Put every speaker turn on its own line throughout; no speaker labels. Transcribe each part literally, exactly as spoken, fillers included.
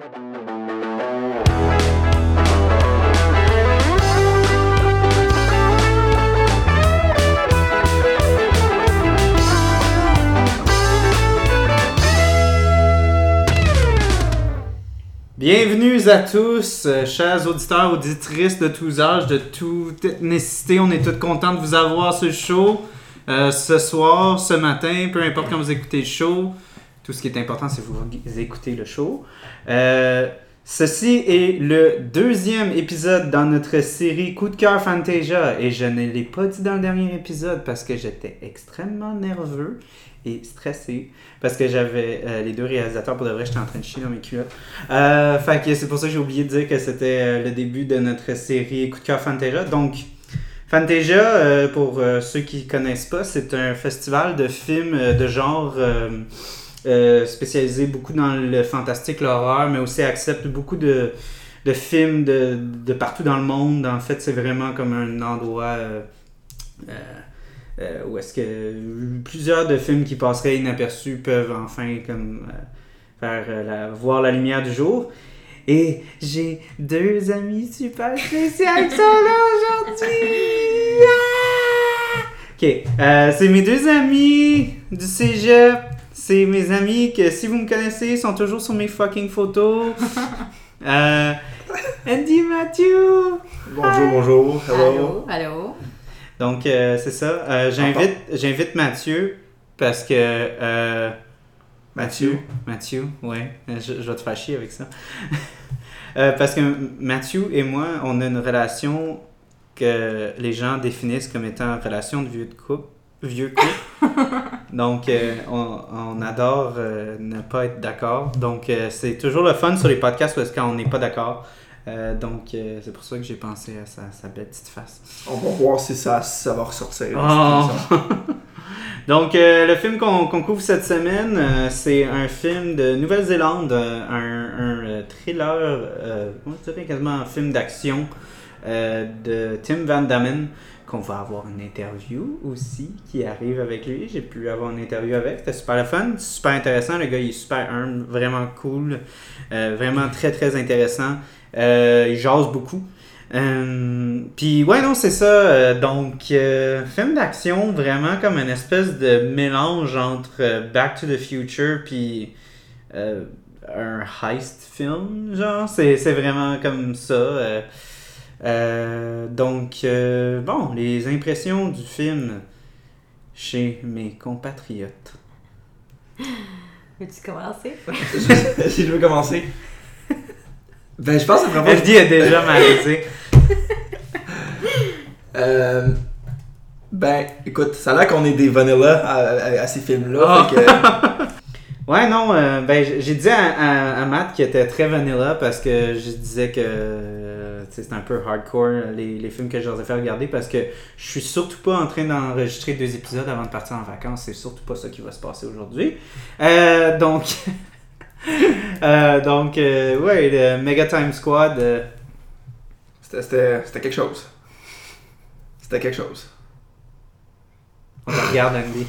Bienvenue à tous, euh, chers auditeurs, auditrices de tous âges, de toute ethnicité. On est tous contents de vous avoir sur le show euh, ce soir, ce matin, peu importe quand vous écoutez le show. Tout ce qui est important, c'est que vous écoutez le show. Euh, ceci est le deuxième épisode dans notre série Coup de cœur Fantasia. Et je ne l'ai pas dit dans le dernier épisode parce que j'étais extrêmement nerveux et stressé parce que j'avais euh, les deux réalisateurs, pour de vrai, j'étais en train de chier dans mes culottes. Euh, fait que c'est pour ça que j'ai oublié de dire que c'était euh, le début de notre série Coup de cœur Fantasia. Donc, Fantasia, euh, pour euh, ceux qui ne connaissent pas, c'est un festival de films euh, de genre euh, euh, spécialisé beaucoup dans le fantastique, l'horreur, mais aussi accepte beaucoup de, de films de, de partout dans le monde. En fait, c'est vraiment comme un endroit euh, euh, euh, où est-ce que plusieurs de films qui passeraient inaperçus peuvent enfin comme, euh, faire euh, la, voir la lumière du jour. Et j'ai deux amis super spéciaux qui sont là aujourd'hui! Ah! Ok, euh, c'est mes deux amis du cégep. C'est mes amis que, si vous me connaissez, sont toujours sur mes fucking photos. euh, Andy, Mathieu!
Bonjour, bonjour.
Hello. Allô, allô.
Donc, euh, c'est ça. Euh, j'invite, j'invite Mathieu parce que... Euh, Mathieu. Mathieu, ouais. Je, je vais te faire chier avec ça. euh, parce que Mathieu et moi, on a une relation que les gens définissent comme étant une relation de vieux de couple. Vieux couple. Donc, euh, on, on adore euh, ne pas être d'accord. Donc, euh, c'est toujours le fun sur les podcasts parce qu'on n'est pas d'accord. Euh, donc, euh, c'est pour ça que j'ai pensé à sa, sa belle petite face.
On va voir si ça, ça va ressortir.
Oh. Donc, euh, le film qu'on, qu'on couvre cette semaine, euh, c'est un film de Nouvelle-Zélande, euh, un, un thriller, euh, comment je dirais, quasiment un film d'action euh, de Tim Van Damme, qu'on va avoir une interview aussi qui arrive avec lui. J'ai pu avoir une interview avec, c'était super le fun, super intéressant. Le gars, il est super humble, vraiment cool, euh, vraiment très très intéressant. Euh, il jase beaucoup. Euh, puis ouais, non, c'est ça. Euh, donc, euh, film d'action, vraiment comme une espèce de mélange entre euh, Back to the Future puis euh, un heist film, genre. C'est, c'est vraiment comme ça. Euh, euh, donc, euh, bon, les impressions du film chez mes compatriotes.
Veux-tu commencer?
Si je veux commencer. Ben, je pense que c'est vraiment...
F D a déjà malaisé.
euh, ben, écoute, ça a l'air qu'on est des vanilla à, à, à ces films-là.
Oh.
Fait que...
ouais, non, euh, ben, j'ai dit à, à, à Matt qu'il était très vanilla parce que je disais que euh, c'est un peu hardcore les, les films que je leur ai fait regarder parce que je suis surtout pas en train d'enregistrer deux épisodes avant de partir en vacances. C'est surtout pas ça qui va se passer aujourd'hui. Euh, donc... euh, donc, euh, ouais, le Mega Time Squad. Euh...
C'était, c'était, c'était quelque chose. C'était quelque chose.
On te regarde, Andy.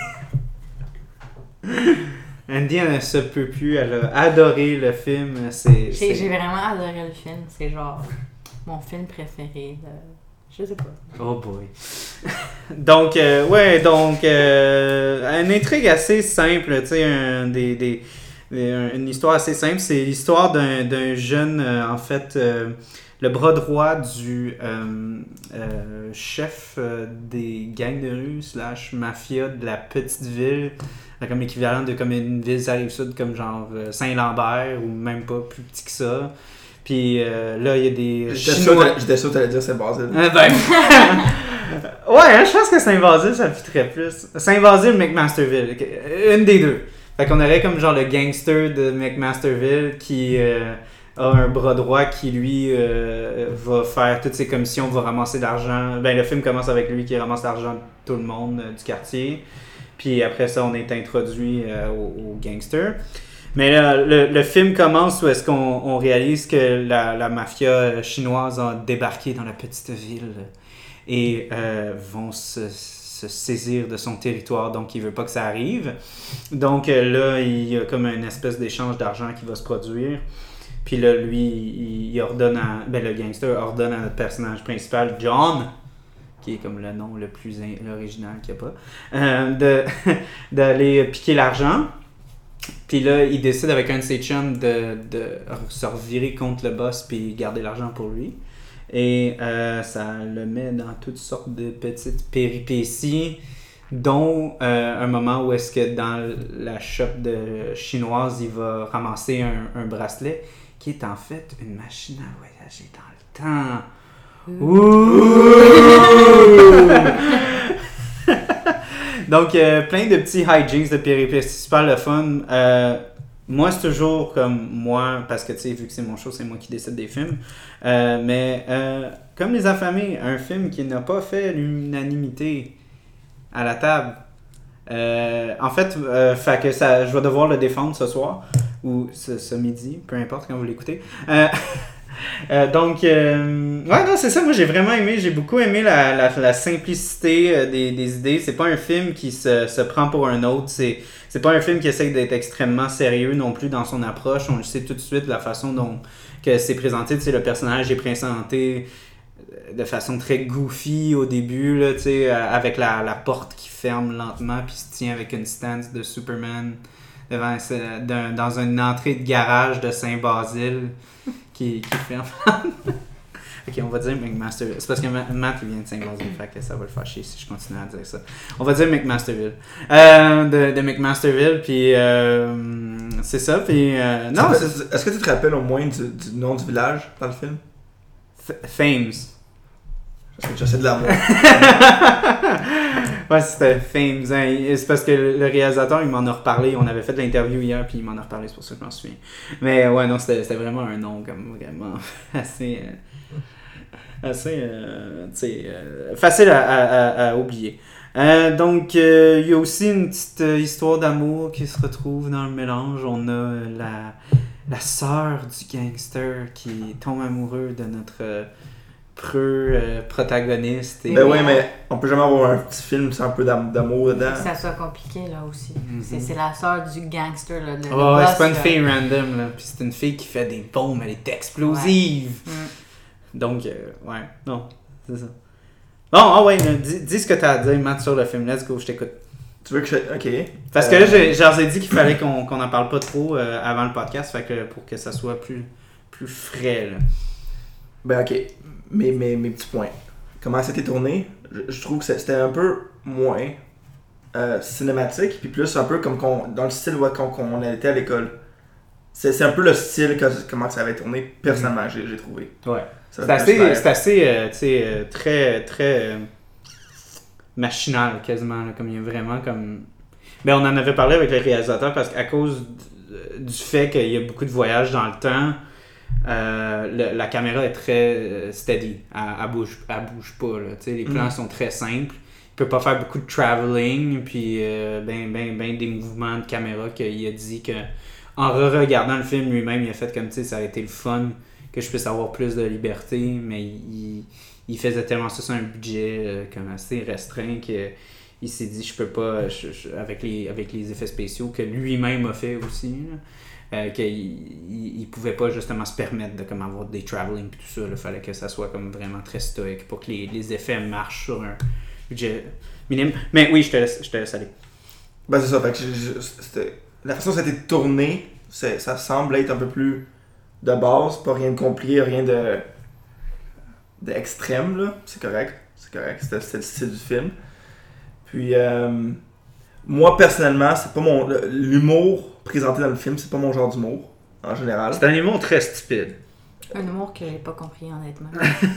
Andy, elle ne se peut plus. Elle a adoré le film. C'est,
j'ai,
c'est...
j'ai vraiment adoré le film. C'est genre mon film préféré. De... Je sais pas.
Oh boy. donc, euh, ouais, donc, euh, une intrigue assez simple, tu sais, un, des, des, des, une histoire assez simple. C'est l'histoire d'un, d'un jeune, euh, en fait, euh, le bras droit du euh, euh, chef euh, des gangs de rue slash mafia de la petite ville, comme équivalent de comme une ville ça arrive sud comme genre Saint-Lambert ou même pas plus petit que ça. Puis euh, là, il y a des
J'étais
Chinois...
sûr, j'étais sûr que t'allais dire Saint-Basile.
Euh, ben... ouais, hein, je pense que Saint-Basile, ça fitterait plus. Saint-Basile, McMasterville. Une des deux. Fait qu'on aurait comme genre le gangster de McMasterville qui euh, a un bras droit qui, lui, euh, va faire toutes ses commissions, va ramasser de l'argent. Ben, le film commence avec lui qui ramasse l'argent de tout le monde euh, du quartier. Puis après ça, on est introduit euh, au, au gangster. Mais là, le, le film commence où est-ce qu'on on réalise que la, la mafia chinoise a débarqué dans la petite ville et euh, vont se, se saisir de son territoire, donc il veut pas que ça arrive. Donc euh, là, il y a comme une espèce d'échange d'argent qui va se produire. Puis là, lui, il, il ordonne à... Ben, le gangster ordonne à notre personnage principal, John, qui est comme le nom le plus in- original qu'il n'y a pas, euh, de, d'aller piquer l'argent. Puis là, il décide avec un de ses chums de, de se revirer contre le boss puis garder l'argent pour lui. Et euh, ça le met dans toutes sortes de petites péripéties, dont euh, un moment où est-ce que dans la shop de chinoise, il va ramasser un, un bracelet qui est en fait une machine à voyager dans le temps. Ouh! Donc, euh, plein de petits hijinks de péripéties, super le fun. Euh, moi, c'est toujours comme moi, parce que tu sais, vu que c'est mon show, c'est moi qui décide des films. Euh, mais euh, comme Les Affamés, un film qui n'a pas fait l'unanimité à la table. Euh, en fait, euh, fait que ça, je vais devoir le défendre ce soir, ou ce, ce midi, peu importe quand vous l'écoutez. Euh, Euh, donc, euh, ouais, non, c'est ça. Moi, j'ai vraiment aimé. J'ai beaucoup aimé la, la, la simplicité euh, des, des idées. C'est pas un film qui se, se prend pour un autre. C'est, c'est pas un film qui essaie d'être extrêmement sérieux non plus dans son approche. On le sait tout de suite, la façon dont que c'est présenté. Tu sais, le personnage est présenté de façon très goofy au début, là, tu sais, avec la, la porte qui ferme lentement puis se tient avec une stance de Superman devant, d'un, dans une entrée de garage de Saint-Basile. Qui, qui ferme. Ok, on va dire McMasterville. C'est parce que Matt il vient de Saint-Basile, fait que ça va le faire chier si je continue à dire ça. On va dire McMasterville. Euh, de, de McMasterville, puis euh, c'est ça, puis euh, non.
C'est... Est-ce que tu te rappelles au moins du, du nom du village dans le film?
F- Fames.
Parce que j'essaie de l'amour.
Ouais, c'était Fames. Hein. C'est parce que le réalisateur, il m'en a reparlé. On avait fait l'interview hier, puis il m'en a reparlé, c'est pour ça que je m'en souviens. Mais ouais, non, c'était, c'était vraiment un nom comme vraiment assez... Euh, assez, euh, tu sais, euh, facile à, à, à, à oublier. Euh, donc, euh, il y a aussi une petite euh, histoire d'amour qui se retrouve dans le mélange. On a euh, la, la sœur du gangster qui tombe amoureux de notre... Euh, preux euh, protagoniste. Et...
Ben ouais, mais on peut jamais avoir un petit film sans un peu d'am- d'amour dedans.
Que ça soit compliqué là aussi.
Mm-hmm.
C'est, c'est la sœur du gangster. Là, le,
oh,
le
ouais,
boss,
c'est pas une
là.
fille random, là. Puis c'est une fille qui fait des bombes, elle est explosive.
Ouais. Mm.
Donc, euh, ouais, non, c'est ça. Bon, ah ouais, dis, dis ce que t'as à dire, Matt, sur le film. Let's go, je t'écoute.
Tu veux que je... Ok.
Parce que
euh...
là, j'ai, j'en ai dit qu'il fallait qu'on, qu'on en parle pas trop euh, avant le podcast, fait que pour que ça soit plus, plus frais, là.
Ben ok. Mes, mes, mes petits points. Comment c'était tourné, je, je trouve que c'était un peu moins euh, cinématique, puis plus un peu comme qu'on, dans le style où on, on était à l'école. C'est, c'est un peu le style, que, comment ça avait tourné, personnellement, j'ai, j'ai trouvé.
Ouais.
Ça
c'est assez, c'est assez euh, tu sais, euh, très, très euh, machinal quasiment, là, comme il y a vraiment comme... Ben, on en avait parlé avec le réalisateur parce qu'à cause du fait qu'il y a beaucoup de voyages dans le temps, Euh, le, la caméra est très euh, steady, elle, elle, bouge, elle bouge pas, là, les plans mm. sont très simples, il peut pas faire beaucoup de travelling, puis euh, ben, ben, ben des mouvements de caméra qu'il a dit que en re-regardant le film lui-même, il a fait comme, tu sais, ça aurait été le fun que je puisse avoir plus de liberté, mais il, il faisait tellement ça sur un budget euh, comme assez restreint que il s'est dit je peux pas, je, je, avec, les, avec les effets spéciaux que lui-même a fait aussi, là. Euh, qu'il il, il pouvait pas justement se permettre de comme avoir des travelling et tout ça. Il fallait que ça soit comme vraiment très stoïque pour que les, les effets marchent sur un budget minime. Mais oui, je te laisse, je te laisse aller.
Ben c'est ça, fait que je, je, c'était, la façon dont ça a été tourné, c'est, ça semble être un peu plus de base, pas rien de compliqué, rien de d'extrême, là. C'est correct, c'est correct, c'était, c'était le style du film. Puis, euh, moi personnellement, c'est pas mon... L'humour présenté dans le film, c'est pas mon genre d'humour, en général.
C'est un humour très stupide.
Un humour que j'ai pas compris, honnêtement.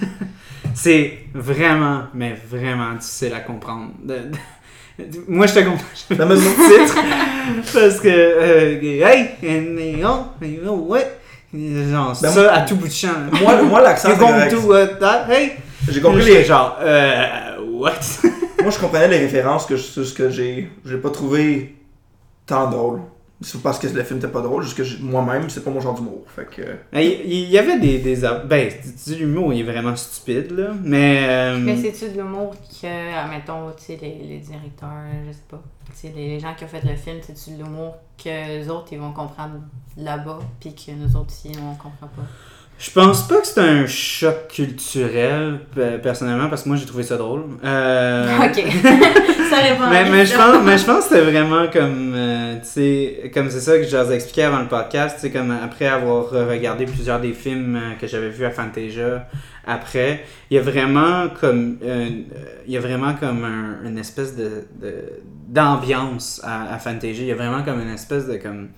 C'est vraiment, mais vraiment difficile à comprendre. De, de, de, moi, je te comprends. Je
me
le titre. Parce que, euh, hey, and, oh, you know what? Genre, ben ça moi, à tout bout de champ.
Moi, moi l'accent, c'est correct.
To, uh, that, hey.
J'ai compris les...
genre, euh, what?
Moi, je comprenais les références, que je, ce que j'ai... J'ai pas trouvé tant drôle. C'est parce que le film était pas drôle, juste que j'ai- moi-même, c'est pas mon genre d'humour. Fait que.
Il, il y avait des... des ar- ben, tu dis l'humour, il est vraiment stupide, là. Mais... euh,
Mais c'est-tu de l'humour que, admettons, tu sais, les, les directeurs, je sais pas, tu sais, les gens qui ont fait le film, c'est-tu de l'humour que les autres, ils vont comprendre là-bas, puis que nous autres ici, on comprend pas?
Je pense pas que c'est un choc culturel, pe- personnellement, parce que moi, j'ai trouvé ça drôle. Euh...
Ok. Ça répond à
mais,
la
mais je
question.
pense, mais je pense que c'était vraiment comme, euh, tu sais, comme c'est ça que je vous ai expliqué avant le podcast, tu sais, comme après avoir regardé plusieurs des films euh, que j'avais vus à Fantasia après, il y a vraiment comme, euh, il y a vraiment comme un, une espèce de, de d'ambiance à, à Fantasia. Il y a vraiment comme une espèce de comme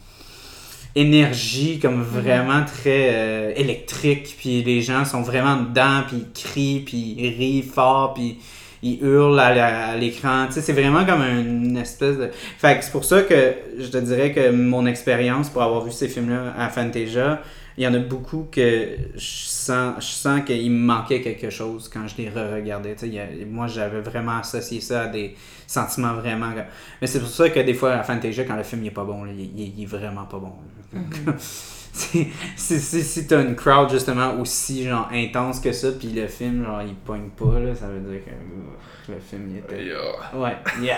énergie comme vraiment très euh, électrique, puis les gens sont vraiment dedans, puis ils crient, puis ils rient fort, puis ils hurlent à, la- à l'écran. Tu sais, c'est vraiment comme une espèce de... Fait que c'est pour ça que je te dirais que mon expérience pour avoir vu ces films-là à Fantasia, il y en a beaucoup que je sens, je sens qu'il me manquait quelque chose quand je les re-regardais. Tu sais, il y a- moi, j'avais vraiment associé ça à des sentiments vraiment... Mais c'est pour ça que des fois, à Fantasia, quand le film il est pas bon, là, il, il- il est vraiment pas bon.
Mhm.
si si, si, si t'as une crowd justement aussi genre intense que ça, puis le film genre il pogne pas, là, ça veut dire que euh, le film il était... Ouais, yeah.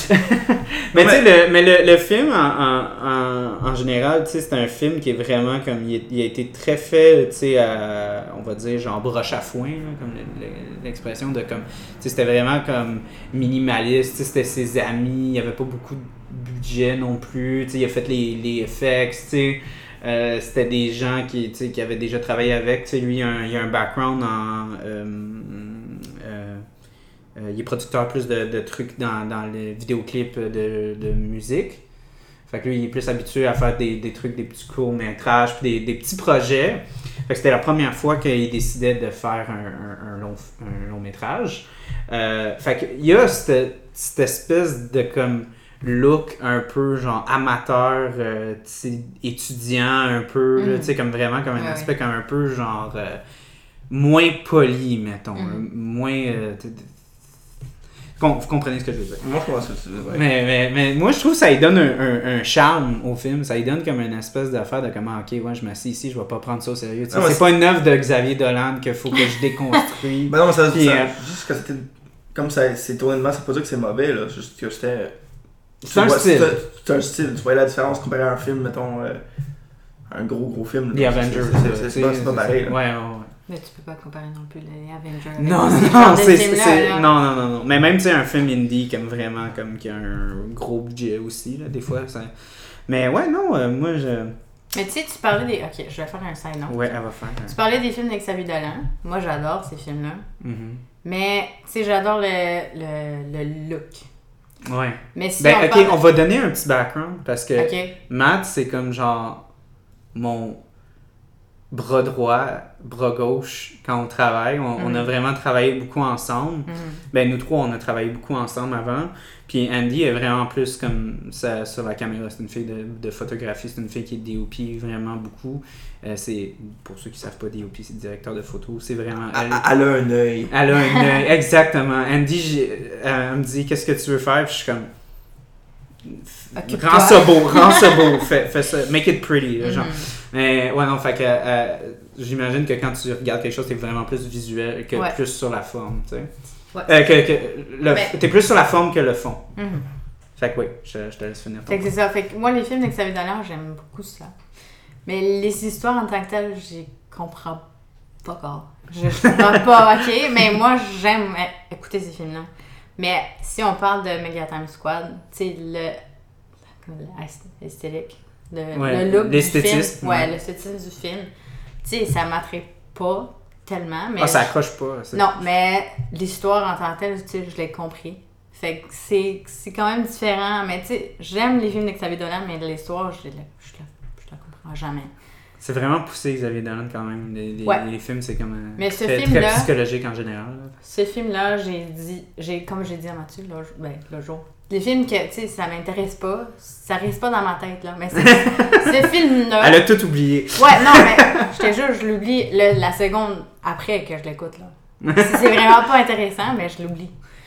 mais tu sais, le, mais le, le film en, en, en, en général, tu sais, c'est un film qui est vraiment comme, il, est- il a été très fait, tu sais, à, on va dire genre broche à foin, là, comme le- le- l'expression de comme, tu sais, c'était vraiment comme minimaliste, tu sais, c'était ses amis, il y avait pas beaucoup de budget non plus, tu sais, il a fait les, les effects, tu sais. Euh, c'était des gens qui, tu sais, qui avaient déjà travaillé avec. Tu sais, lui, il a un, il a un background en... euh, euh, euh, il est producteur plus de, de trucs dans, dans les vidéoclips de, de musique. Fait que lui, il est plus habitué à faire des, des trucs, des petits courts-métrages, puis des, des petits projets. Fait que c'était la première fois qu'il décidait de faire un, un, un long, un long métrage. Euh, fait qu'il y a cette, cette espèce de comme... look un peu genre amateur, euh, tu sais, étudiant un peu, là,
Mhm.
tu sais, comme vraiment comme un
Ouais,
aspect comme un peu genre euh, moins poli, mettons,
Mhm.
là, moins... euh, t- t- Com- vous comprenez ce que je veux dire.
Moi, je pense que tu veux dire.
Mais, mais, mais moi, je trouve que ça lui donne un, un, un charme au film. Ça lui donne comme une espèce d'affaire de comment, ok, ouais, je m'assieds ici, je vais pas prendre ça au sérieux. Tu sais,
Ah, ouais,
c'est pas une œuvre de Xavier Dolan qu'il faut que je déconstruise.
Ben non, mais ça,
Puis,
ça-
euh,
juste que c'était. Comme ça, c'est tourné de même, ça veut pas dire que c'est mauvais, là. C'est juste que c'était.
C'est un
Tu vois,
style.
C'est c'est un style. Tu vois la différence comparé à un film, mettons. euh, un gros gros film.
The
là.
Avengers.
C'est- c'est- C'est pas, c'est pas pareil, là.
Ouais, ouais, ouais.
Mais tu peux pas comparer non plus les Avengers. avec
Non,
ces
non,
genres
non,
de
c'est,
films-là,
c'est-
là.
non, non, non, non. Mais même, tu sais, un film indie, comme vraiment, comme qui a un gros budget aussi, là, des fois. Ça... Mais ouais, non, euh, moi, je...
Mais tu sais, tu parlais des... Ok, je vais faire un side note.
Ouais, elle va faire.
Tu parlais des films d'Xavier Dolan. Moi, j'adore ces films-là.
Mhm.
Mais, tu sais, j'adore le, le, le look.
Ouais.
Mais si
Ben,
on
ok,
parle...
on va donner un petit background, parce que
Ok.
Matt, c'est comme genre mon bras droit, bras gauche quand on travaille. On, on a
Mhm.
vraiment travaillé beaucoup ensemble.
Mhm.
Ben, nous trois, on a travaillé beaucoup ensemble avant. Puis Andy est vraiment plus comme ça sur la caméra. C'est une fille de, de photographie, c'est une fille qui est D O P vraiment beaucoup. Euh, c'est, pour ceux qui savent pas, D O P, c'est directeur de photo. C'est vraiment elle.
Elle a un œil.
Elle a un œil, exactement. Andy, j'ai- elle me dit qu'est-ce que tu veux faire, puis je suis comme
Occupe-toi.
rends ça beau, rends ça beau, fais, fais ça, make it pretty, là, genre.
Mhm.
Mais ouais, non, fait que euh, j'imagine que quand tu regardes quelque chose, t'es vraiment plus visuel que
Ouais.
plus sur la forme, tu sais.
Ouais.
Euh, que, que le,
Mais-
T'es plus sur la forme que le fond.
Mhm.
Fait que oui, je, je te laisse finir ton
Fait que c'est ça. Fait que moi, les films d'Xavier Dolan, j'aime beaucoup ça. Mais les histoires en tant que telles, j'y comprends pas encore. Je, je comprends pas, ok? Mais moi, j'aime é- écouter ces films-là. Mais si on parle de Mega Time Squad, tu sais, le... comme l'esthétique, le,
Ouais,
le look du
l'esthétisme,
film. Ouais,
ouais.
l'esthétisme du film. Tu sais, ça m'attrait pas tellement, mais...
Ah, ça
je-
accroche pas. c'est-
Non, mais l'histoire en tant que telle, tu sais, je l'ai compris. Fait que c'est, c'est quand même différent. Mais tu sais, j'aime les films de Xavier Dolan, mais l'histoire, je, la- je, la, je la comprends jamais.
C'est vraiment poussé Xavier Dolan quand même. Les, les,
Ouais.
les films, c'est comme euh,
Mais ce
très,
film-là-
très psychologique en général. là.
Ce film-là, j'ai dit, j'ai, comme j'ai dit à Mathieu l'autre ben, l'autre jour, les films que, tu sais, ça m'intéresse pas, ça reste pas dans ma tête, là. Mais c'est, ce film-là...
Elle a tout oublié.
Ouais, non, mais je te jure, je l'oublie le- la seconde après que je l'écoute, là. C'est c'est vraiment pas intéressant, mais je l'oublie.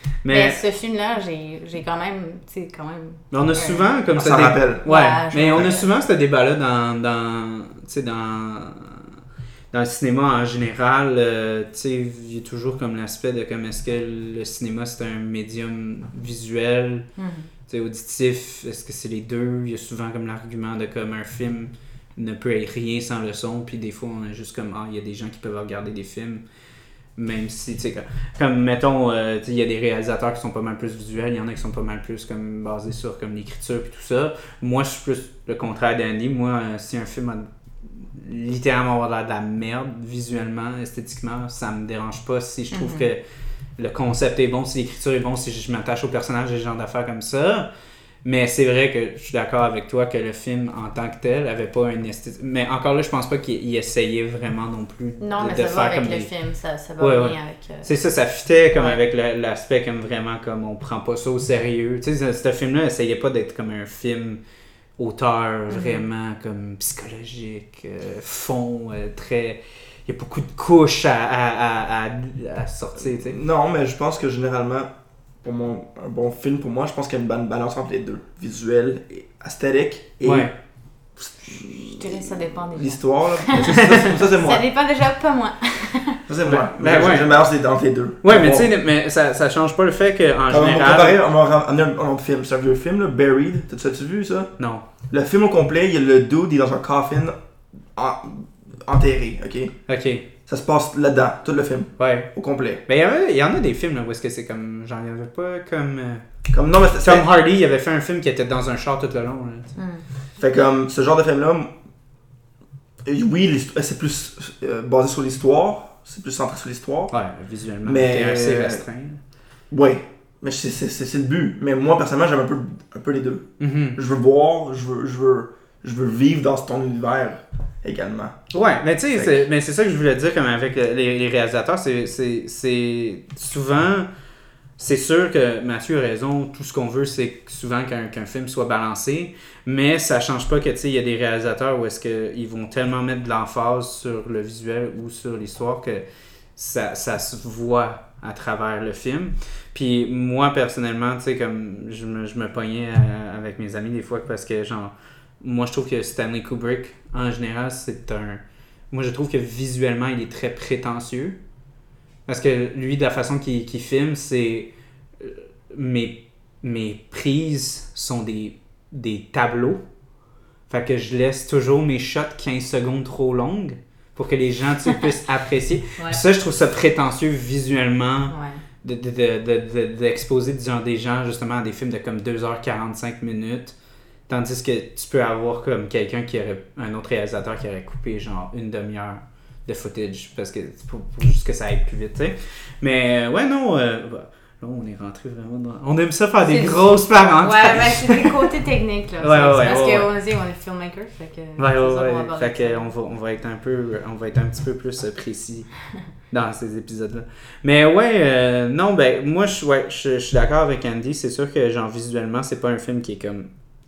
Mais,
mais ce film-là, j'ai, j'ai quand même, tu sais, quand même...
On a souvent comme
on
ça...
s'en
Dé...
rappelle.
Ouais,
ouais
mais on a
rappelle.
souvent ce débat-là dans, dans, tu sais, dans, dans le cinéma en général. Euh, tu sais, il y a toujours comme l'aspect de comme est-ce que le cinéma c'est un médium visuel,
Mm-hmm.
tu sais, auditif, est-ce que c'est les deux? Il y a souvent comme l'argument de comme un film ne peut être rien sans le son, puis des fois on a juste comme, ah, il y a des gens qui peuvent regarder des films. Même si, tu sais, comme, comme mettons, euh, il y a des réalisateurs qui sont pas mal plus visuels, il y en a qui sont pas mal plus comme basés sur comme l'écriture et tout ça. Moi, je suis plus le contraire d'Andy. Moi, euh, si un film a littéralement avoir l'air de la merde, visuellement, esthétiquement, ça me dérange pas. Si je trouve mm-hmm. que le concept est bon, si l'écriture est bon, si je m'attache au personnage et ce genre d'affaires comme ça. Mais c'est vrai que je suis d'accord avec toi que le film en tant que tel avait pas un esthétique. Mais encore là, je pense pas qu'il il essayait vraiment non plus
non,
de,
mais
de
ça
faire
va avec
comme
le
des...
film, ça, ça va
ouais,
bien
ouais.
avec... Euh...
C'est ça, ça fitait comme
ouais.
avec le, l'aspect comme vraiment comme on prend pas ça au sérieux. Tu sais, ce, ce film-là essayait pas d'être comme un film auteur mm-hmm. vraiment comme psychologique, euh, fond, euh, très... Il y a beaucoup de couches à, à, à, à, à sortir, tu sais.
Non, mais je pense que généralement... Pour mon, un bon film, pour moi, je pense qu'il y a une bonne balance entre les deux. Visuel, et esthétique et...
Ouais.
Je te laisse, ça dépend déjà.
L'histoire, là. ça, ça, ça, ça, c'est moi.
Ça dépend déjà, pas moi.
Ça, c'est moi.
Ben, ben, ouais.
J'ai une balance entre les deux.
Ouais, mais
bon.
tu sais, mais ça, ça change pas le fait qu'en
général... On va
comparer,
on va ramener un, un autre film. C'est un vieux film, là, Buried. T'as-tu, as-tu vu ça?
Non.
Le film au complet, il y a le dude, il est dans un coffin en, enterré, ok?
Ok.
Ça se passe là-dedans, tout le film.
Ouais.
Au complet.
Ben, il y, avait, il y en a des films là, où est-ce que c'est comme. Genre, il y avait pas comme. Euh...
Comme non, mais c'est,
Tom Hardy, il avait fait un film qui était dans un char tout le long. Là,
mm.
Fait comme ce genre de film-là, oui, c'est plus euh, basé sur l'histoire. C'est plus centré sur l'histoire.
Ouais, visuellement.
Mais.
C'était assez restreint.
Ouais. Mais c'est, c'est, c'est, c'est le but. Mais moi, personnellement, j'aime un peu, un peu les deux.
Mm-hmm.
Je veux voir, je veux, je veux, je veux vivre dans ton univers également.
Ouais, mais tu sais, c'est, mais c'est ça que je voulais dire comme avec les, les réalisateurs, c'est, c'est, c'est souvent, c'est sûr que Mathieu a raison, tout ce qu'on veut, c'est souvent qu'un, qu'un film soit balancé, mais ça change pas que, tu sais, il y a des réalisateurs où est-ce qu'ils vont tellement mettre de l'emphase sur le visuel ou sur l'histoire que ça, ça se voit à travers le film. Puis moi, personnellement, tu sais, comme je me, je me pognais à, avec mes amis des fois parce que, genre, moi, je trouve que Stanley Kubrick, en général, c'est un... Moi, je trouve que visuellement, il est très prétentieux. Parce que lui, de la façon qu'il, qu'il filme, c'est... Mes, mes prises sont des, des tableaux. Fait que je laisse toujours mes shots quinze secondes trop longues pour que les gens, tu sais, puissent apprécier. Ouais. Ça, je trouve ça prétentieux visuellement. Ouais. De, de, de, de, de, d'exposer disons, des gens, justement, à des films de comme deux heures quarante-cinq minutes. Tandis que tu peux avoir comme quelqu'un qui aurait, un autre réalisateur qui aurait coupé genre une demi-heure de footage parce que pour, pour juste que ça aille plus vite, tu sais. Mais ouais, non, euh, là on est rentré vraiment dans... On aime ça faire des c'est grosses parenthèses.
Ouais, ben c'est des côtés techniques là.
Ouais, ouais, ouais,
parce
ouais,
qu'on
ouais.
dit on est filmmaker, fait que...
Ouais, ouais, ouais, fait que on va, on va être un peu, on va être un petit peu plus précis dans ces épisodes-là. Mais ouais, euh, non, ben moi, je, ouais, je, je suis d'accord avec Andy, c'est sûr que genre visuellement, c'est pas un film qui est comme...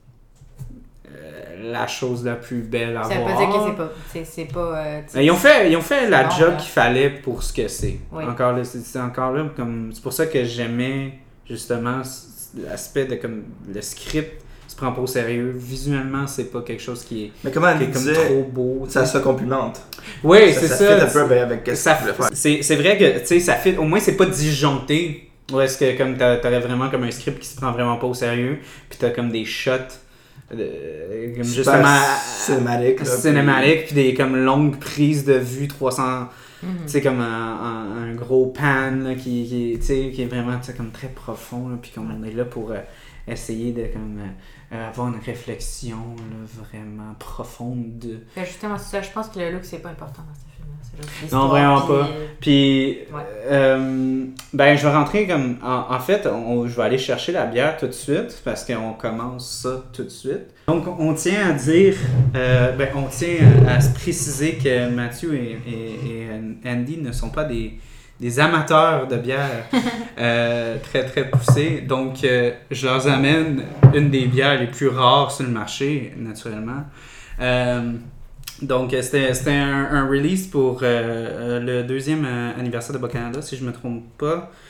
la chose la plus belle à
ça
voir.
Ça veut pas dire que c'est pas... C'est, c'est pas euh,
ils ont fait, ils ont fait la
bon,
job
là.
Qu'il fallait pour ce que c'est.
Oui.
Encore là, c'est, c'est encore là, comme... C'est pour ça que j'aimais, justement, l'aspect de, comme, le script se prend pas au sérieux. Visuellement, c'est pas quelque chose qui est,
mais comment
qui est
disait,
comme trop beau.
Ça se complimente.
Oui,
ça,
c'est
ça.
ça.
Ça fit un peu avec ce
ça,
que tu voulais faire.
C'est, c'est vrai que, tu sais, ça fit... Au moins, c'est pas disjoncté. Ou est-ce que, comme, t'aurais vraiment comme un script qui se prend vraiment pas au sérieux, puis t'as comme des shots... De, comme justement
cinématique là,
cinématique puis des comme longues prises de vue trois cents
mm-hmm.
tu sais comme un, un, un gros pan là, qui qui tu sais qui est vraiment tu sais comme très profond là, puis qu'on ouais. est là pour euh, essayer de comme euh, avoir une réflexion là, vraiment profonde de...
ben justement c'est ça, je pense que le look c'est pas important dans ce film là.
Non, vraiment pis... pas. Puis, ouais. euh, ben, je vais rentrer comme. En, en fait, on, je vais aller chercher la bière tout de suite parce qu'on commence ça tout de suite. Donc, on tient à dire, euh, ben, on tient à, à se préciser que Mathieu et, et, et Andy ne sont pas des, des amateurs de bière euh, très très poussés. Donc, euh, je leur amène une des bières les plus rares sur le marché, naturellement. Euh, Donc, c'était, c'était un, un release pour euh, le deuxième euh, anniversaire de Bas-Canada, si je ne me trompe pas.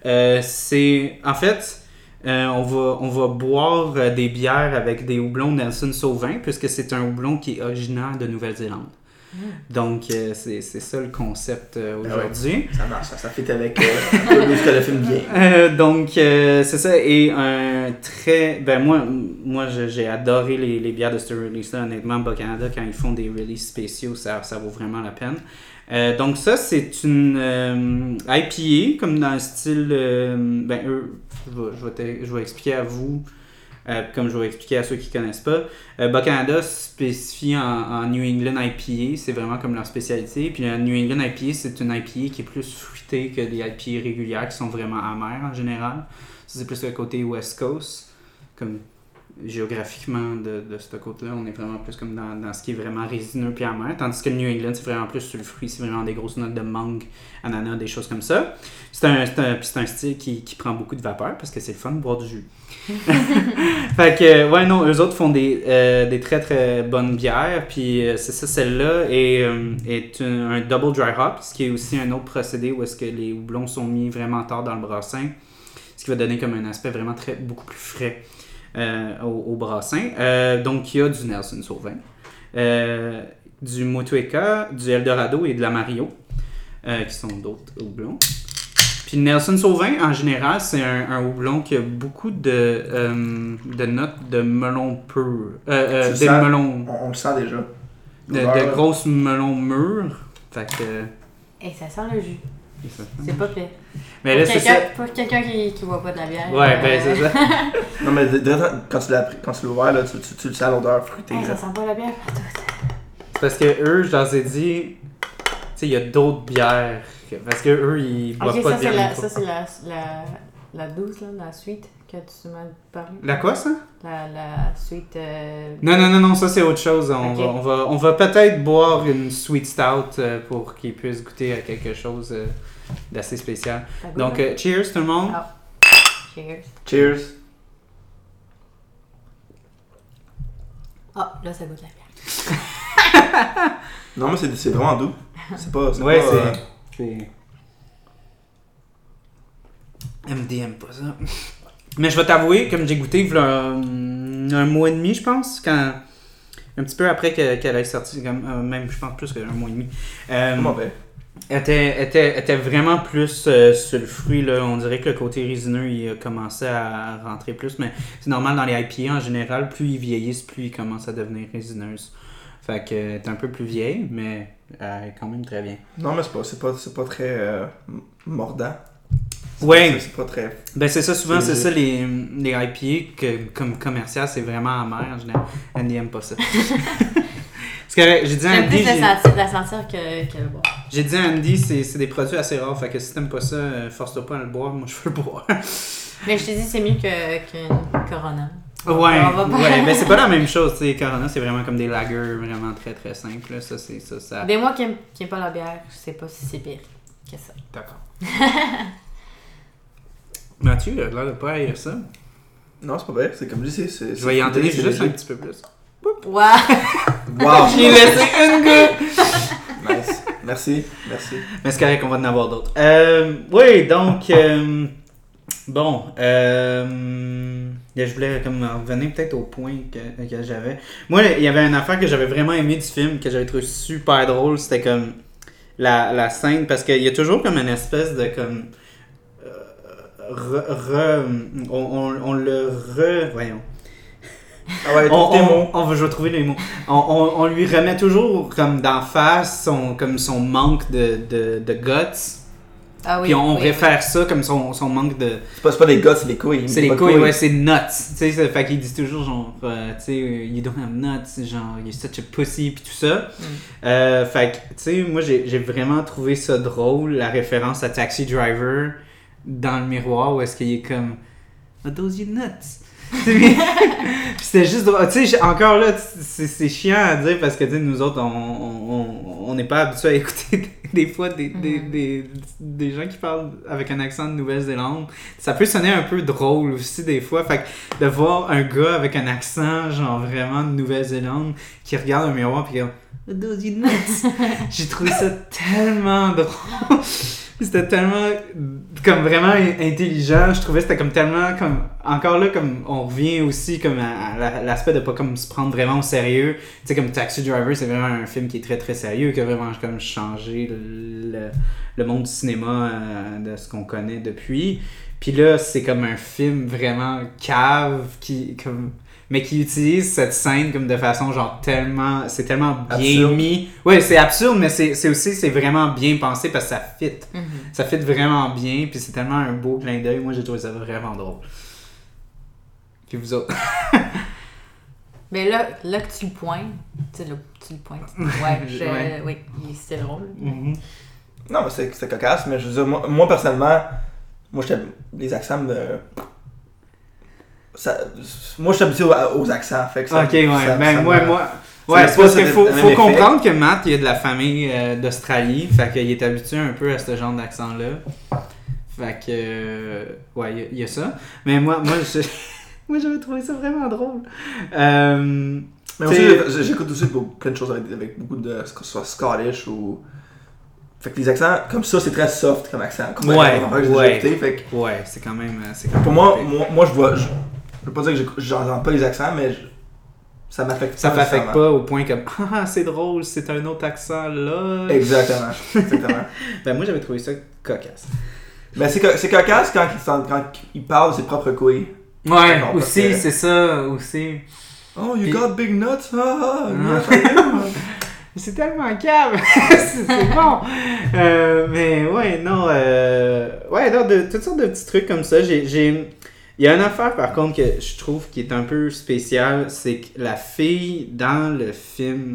Euh, c'est... En fait, euh, on, va, on va boire euh, des bières avec des houblons Nelson Sauvin, puisque c'est un houblon qui est originaire de Nouvelle-Zélande. Mm. Donc, euh, c'est, c'est ça le concept euh, aujourd'hui.
Ah ouais, ça marche, ça, ça fit avec euh, le, le film bien.
Euh, donc, euh, c'est ça. Et un très... Ben moi, moi j'ai adoré les, les bières de ce release-là. Honnêtement, Bas-Canada, quand ils font des releases spéciaux, ça, ça vaut vraiment la peine. Euh, donc ça, c'est une euh, I P A, comme dans le style... Euh, ben, eux, je vais, je, vais te, je vais expliquer à vous, euh, comme je vais expliquer à ceux qui ne connaissent pas. Euh, Bas-Canada spécifie en, en New England I P A, c'est vraiment comme leur spécialité. Puis la New England I P A, c'est une I P A qui est plus fruitée que les I P A régulières qui sont vraiment amères en général. Ça, c'est plus le côté West Coast, comme... géographiquement de, de ce côté-là, on est vraiment plus comme dans, dans ce qui est vraiment résineux puis amer, tandis que le New England, c'est vraiment plus sur le fruit, c'est vraiment des grosses notes de mangue, ananas, des choses comme ça. C'est un, c'est un, c'est un style qui, qui prend beaucoup de vapeur parce que c'est le fun de boire du jus. Fait que, ouais, non, eux autres font des, euh, des très très bonnes bières, puis euh, c'est ça, celle-là est, euh, est un, un double dry hop, ce qui est aussi un autre procédé où est-ce que les houblons sont mis vraiment tard dans le brassin, ce qui va donner comme un aspect vraiment très, beaucoup plus frais. Euh, au, au brassin. Euh, donc, il y a du Nelson Sauvin, euh, du Motueka, du Eldorado et de la Mario, euh, qui sont d'autres houblons. Puis Nelson Sauvin, en général, c'est un, un houblon qui a beaucoup de, euh, de notes de melon pur. Euh, euh, des
sens,
melons...
On, on le sent déjà.
De, de grosses melons mûrs. Fait que...
Et ça sent le jus. C'est pas pire.
Mais
pour,
là,
quelqu'un,
c'est
pour quelqu'un qui, qui boit pas de la bière.
Ouais,
euh...
ben c'est ça.
Non, mais de, de, quand tu l'as quand tu l'as ouvert, là, tu, tu, tu le sens l'odeur fruitée.
Hey, ça sent pas la bière partout.
C'est parce que eux, je leur ai dit, tu sais, il y a d'autres bières. Parce que eux, ils boivent
okay,
pas
ça,
de bière.
La, ça, c'est la, la, la douce, là, la sweet que tu m'as parlé.
La quoi, ça?
La, la sweet... Euh...
Non, non, non, non, ça, c'est autre chose. On,
okay.
va, on, va, on va peut-être boire une sweet stout euh, pour qu'ils puissent goûter à quelque chose euh, d'assez spécial. Donc, euh, cheers tout le monde.
Oh. Cheers.
Cheers.
Oh, là, ça goûte la bière.
Non, mais c'est, c'est vraiment doux. C'est pas... C'est
ouais,
pas,
c'est...
Euh...
c'est... M D M pas ça. Mais je vais t'avouer, comme j'ai goûté il y a un, un mois et demi, je pense, quand un petit peu après que, qu'elle ait sorti, comme, euh, même je pense plus qu'un mois et demi. Euh,
mauvais.
Elle était, était, était vraiment plus euh, sur le fruit, là. On dirait que le côté résineux il a commencé à rentrer plus, mais c'est normal dans les I P A en général, plus ils vieillissent, plus ils commencent à devenir résineuses. Fait que elle est un peu plus vieille, mais elle est quand même très bien.
Non, mais c'est pas, c'est pas, c'est pas très euh, mordant. C'est
ouais.
Pas, c'est pas très...
Ben c'est ça, souvent c'est,
c'est
ça les, les I P A que comme commercial c'est vraiment amer en général. Andy aime pas ça. C'est correct, j'ai dit à
J'aime
Andy.
plus
J'ai...
la sentir, la sentir que, que le boire.
J'ai dit à Andy, c'est, c'est des produits assez rares, fait que si t'aimes pas ça, force-toi pas à le boire, moi je veux le boire.
Mais je t'ai dit c'est mieux que, qu'une Corona.
Ouais, ouais, ben c'est pas la même chose, tu sais, Corona c'est vraiment comme des lagers vraiment très très simples, ça c'est ça. ça...
Mais moi qui aime, qui aime pas la bière, je sais pas si c'est pire que ça.
D'accord. Mathieu, il a l'air de pas haïr ça.
Non, c'est pas vrai, c'est comme je dis, c'est... c'est
je vais y en donner juste
léger.
un petit peu plus.
Wow!
Wow!
J'ai laissé une goutte!
Nice. Merci, merci.
Mais c'est correct, on va en avoir d'autres. Euh, oui, donc... Euh, bon, euh, je voulais comme revenir peut-être au point que, que j'avais. Moi, il y avait une affaire que j'avais vraiment aimé du film, que j'avais trouvé super drôle, c'était comme la, la scène, parce qu'il y a toujours comme une espèce de comme... Re, re, on, on, on le re... Voyons.
Ah ouais,
on,
on,
on, on, je vais trouver les mots. On, on, on lui remet toujours comme d'en face son, comme son manque de, de, de guts.
Ah oui,
puis on
oui,
réfère
oui.
ça comme son, son manque de...
C'est pas, c'est pas des gars, c'est les couilles.
C'est les couilles, couilles, ouais, c'est nuts. Tu sais, fait qu'il dit toujours genre, euh, tu sais, you don't have nuts, genre, you're such a pussy, puis tout ça. Mm. Euh, fait que, tu sais, moi j'ai, j'ai vraiment trouvé ça drôle, la référence à Taxi Driver dans le miroir où est-ce qu'il est comme, are those you nuts? C'était juste drôle. Tu sais, encore là, c'est, c'est chiant à dire parce que, tu sais, nous autres, on n'est pas habitués à écouter des fois des, mm-hmm. des, des, des gens qui parlent avec un accent de Nouvelle-Zélande. Ça peut sonner un peu drôle aussi des fois. Fait que de voir un gars avec un accent, genre vraiment de Nouvelle-Zélande, qui regarde un miroir pis qui dit, those you nuts. J'ai trouvé ça tellement drôle. C'était tellement, comme vraiment intelligent. Je trouvais que c'était comme tellement, comme, encore là, comme, on revient aussi comme à, à l'aspect de pas comme se prendre vraiment au sérieux. Tu sais, comme Taxi Driver, c'est vraiment un film qui est très très sérieux, qui a vraiment comme changé le, le monde du cinéma euh, de ce qu'on connaît depuis. Puis là, c'est comme un film vraiment cave, qui, comme... mais qui utilise cette scène comme de façon genre tellement, c'est tellement bien
absurde.
mis. Ouais, c'est absurde, mais c'est, c'est aussi c'est vraiment bien pensé parce que ça fit.
Mm-hmm.
Ça fit vraiment bien, puis c'est tellement un beau clin d'œil. Moi, j'ai trouvé ça vraiment drôle. Puis vous autres.
Mais là, là que tu le pointes, tu sais, là, tu le pointes. Ouais, je,
Ouais.
oui, c'était drôle.
Mm-hmm.
Non, mais c'est, c'est cocasse, mais je veux dire, moi, moi personnellement, moi, j'étais, les accents me... Ça, moi, je suis habitué aux, aux accents, fait que ça...
Ok, ouais,
ça,
ben
ça
moi,
me-
moi...
ça
Ouais,
me
c'est parce
fait
qu'il
le
faut,
même
faut
effet.
comprendre que Matt, il est de la famille euh, d'Australie, fait qu'il est habitué un peu à ce genre d'accent-là. Fait que... euh, ouais, il y, a- il y a ça. Mais moi, moi, je... moi j'avais trouvé ça vraiment drôle. Euh...
Mais aussi, j'ai- j'écoute aussi beaucoup- plein de choses avec, avec beaucoup de... que ce soit Scottish ou... Fait que les accents, comme ça, c'est très soft comme accent. Comme
Ouais,
comme que j'ai
ouais.
déjà écouté, fait que
Ouais, c'est quand même... c'est quand même
pour moi,
coupé.
moi, moi, je vois... Je, je veux pas dire que j'écoute- j'entends pas les accents, mais je- ça m'affecte
Ça
pas.
t'affecte
nécessairement.
pas au point comme « Ah, c'est drôle, c'est un autre accent là. »
Exactement. Exactement.
Ben moi, j'avais trouvé ça cocasse.
Mais c'est, co- c'est cocasse quand il, s'en- quand il parle de ses propres couilles.
Ouais,
Non, parce
aussi,
que-
c'est ça, aussi.
Oh, you
Puis-
got big nuts? Ah, ah,
Ah.
yes, I do.
C'est tellement calme, c'est, c'est bon. Euh, mais ouais, non, euh, ouais, non, de toutes sortes de petits trucs comme ça. J'ai, j'ai, il y a une affaire par contre que je trouve qui est un peu spéciale, c'est que la fille dans le film,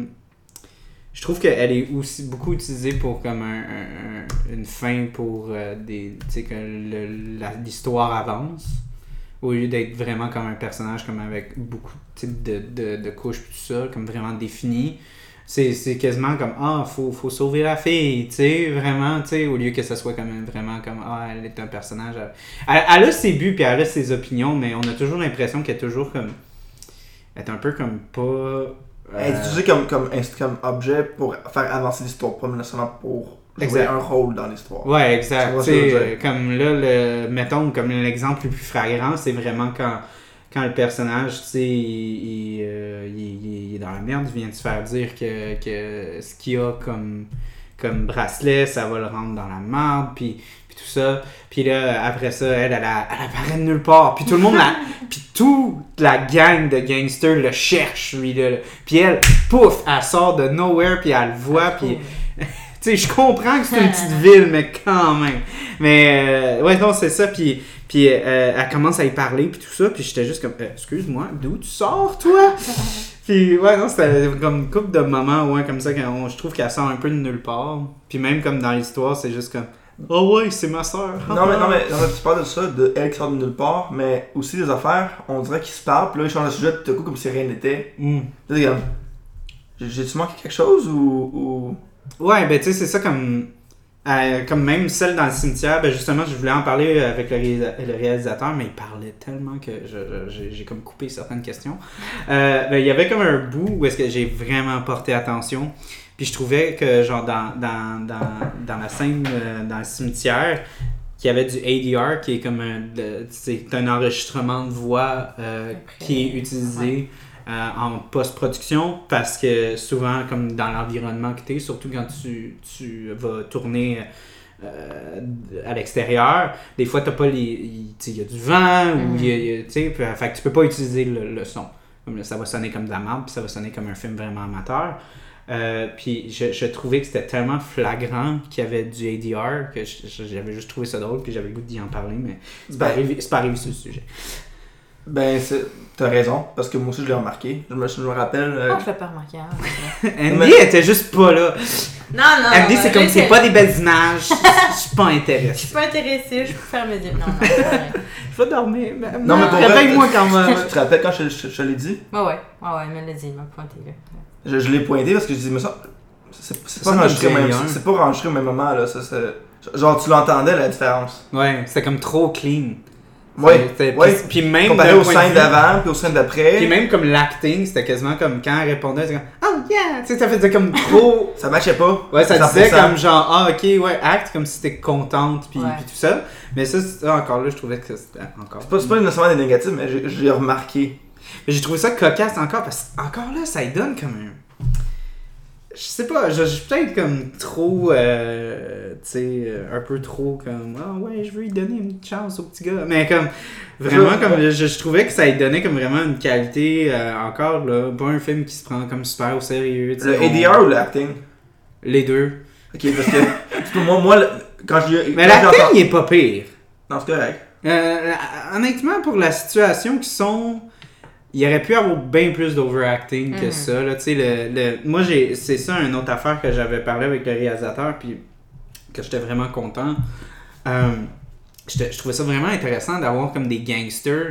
je trouve qu'elle est aussi beaucoup utilisée pour comme un, un- un- une fin pour euh, des, tu sais que le- la- l'histoire avance. Au lieu d'être vraiment comme un personnage comme avec beaucoup tu sais, de, de, de couches pis tout ça, comme vraiment défini. C'est, c'est quasiment comme ah faut, faut sauver la fille, tu sais, vraiment, tu sais, au lieu que ça soit comme vraiment comme ah elle est un personnage. Elle, elle a ses buts puis elle a ses opinions, mais on a toujours l'impression qu'elle est toujours comme elle est un peu comme pas. Euh...
Elle est utilisée comme, comme, inst- comme objet pour faire avancer l'histoire, pas nécessairement pour jouer
Exact.
un rôle dans l'histoire.
Ouais,
Tu
exact.
vois
Tu
ce que je
sais,
veux dire.
euh, comme là, le, mettons, comme l'exemple le plus flagrant, c'est vraiment quand, quand le personnage, tu sais, il, il, euh, il- il- il est dans la merde, il vient de se faire dire que, que ce qu'il a comme, comme bracelet, ça va le rendre dans la merde, puis, puis tout ça. Puis là, après ça, elle, elle, a- elle apparaît de nulle part. Puis tout le monde, la, puis toute la gang de gangsters le cherche, lui, là. là. Puis elle, pouf, elle sort de nowhere, puis elle le voit, puis... Tu sais, je comprends que c'est une petite ville, mais quand même. Mais, euh, ouais, non, c'est ça. Puis, puis euh, elle commence à y parler, puis tout ça. Puis j'étais juste comme, euh, excuse-moi, d'où tu sors, toi? Puis, ouais, non, c'était comme une couple de moments, ouais, comme ça, quand on- je trouve qu'elle sort un peu de nulle part. Puis même comme dans l'histoire, c'est juste comme, oh ouais, c'est ma soeur.
Non mais, non, mais, non, mais tu parles de ça, de elle qui sort de nulle part, mais aussi des affaires, on dirait qu'ils se parlent, puis là ils changent de sujet tout à coup comme si rien n'était.
Mm.
Là, t'es comme, j'ai- j'ai-tu manqué quelque chose ou... ou...
Ouais, ben tu sais, c'est ça comme. euh, comme même celle dans le cimetière, ben justement, je voulais en parler avec le, réalisa- le réalisateur, mais il parlait tellement que je- je- j'ai, j'ai comme coupé certaines questions. Euh, ben, il y avait comme un bout où est-ce que j'ai vraiment porté attention. Puis je trouvais que, genre, dans, dans, dans, dans la scène, euh, dans le cimetière, qu'il y avait du A D R, qui est comme un, de- c'est un enregistrement de voix euh,
Après,
qui est utilisé. Euh, en post-production parce que souvent comme dans l'environnement que tu es, surtout quand tu, tu vas tourner euh, à l'extérieur, des fois t'as pas les il il y a du vent ou il y a- il y a- tu sais, puis, fait que tu peux pas utiliser le, le son. Comme, ça va sonner comme de la merde, puis ça va sonner comme un film vraiment amateur. Euh, puis je, je trouvais que c'était tellement flagrant qu'il y avait du A D R que je- je- j'avais juste trouvé ça drôle puis j'avais le goût d'y en parler, mais c'est pas
Ben-
arrivé, c'est pas arrivé sur le sujet.
Ben, c'est... t'as raison, parce que moi aussi je l'ai remarqué. Je me, je me rappelle... euh,
Oh, je l'ai pas remarqué. Hein,
Andy
Mais-
était juste pas là.
non, non.
Andy, c'est comme c'est pas des belles images. Je suis pas
Je
intéressé.
suis pas intéressée, je préfère me dire. Non, non, c'est pas vrai.
Je vais dormir.
Non, mais pour vrai,
réveille-moi quand même.
Tu te rappelles quand je, je, je l'ai dit?
Ouais, ouais, ouais, ouais, il me l'a dit, il m'a pointé là.
Je, je l'ai pointé parce que je dis, mais ça... C'est, c'est
Ça
pas enregistré au
me dit
même,
rien.
c'est, c'est pas enregistré au même moment, là. Ça, c'est... Genre, tu l'entendais, la différence.
Ouais, c'était comme trop clean.
Ouais,
C'était-
ouais.
Puis, puis même
Comparé
d'un
aux
point de
scènes
vue-
d'avant puis aux scènes d'après.
Puis même comme l'acting, c'était quasiment comme quand elle répondait, c'était comme oh yeah, tu sais, ça faisait comme trop.
Ça matchait pas.
Ouais, ça
cent pour
disait
cent.
comme genre ah ok ouais acte comme si t'étais contente puis
Ouais.
puis tout ça. Mais ça, c'est- encore là, je trouvais que c'était encore.
C'est pas, c'est pas nécessairement des négatifs, mais j'ai, j'ai remarqué.
Mais j'ai trouvé ça cocasse encore parce que encore là, ça lui donne comme un. Je sais pas, je je suis peut-être comme trop, euh, tu sais, euh, un peu trop comme ah ouais, je veux lui donner une chance au petit gars. Mais comme vraiment
Je-
comme je, je trouvais que ça lui donnait comme vraiment une qualité euh, encore là, pas un film qui se prend comme super au sérieux. tu sais,
Le
on-
A D R ou l'acting?
Les deux.
Ok, parce que parce que moi, moi le- quand je
Mais
quand j'ai
l'acting,
entendu-
il est pas pire.
Non, c'est correct.
Euh, honnêtement, pour la situation qui sont, il aurait pu avoir bien plus d'overacting que
Mhm.
ça. Là, tu sais, le, le, moi, j'ai, c'est ça une autre affaire que j'avais parlé avec le réalisateur, puis que j'étais vraiment content. Euh, j'étais- je trouvais ça vraiment intéressant d'avoir comme des gangsters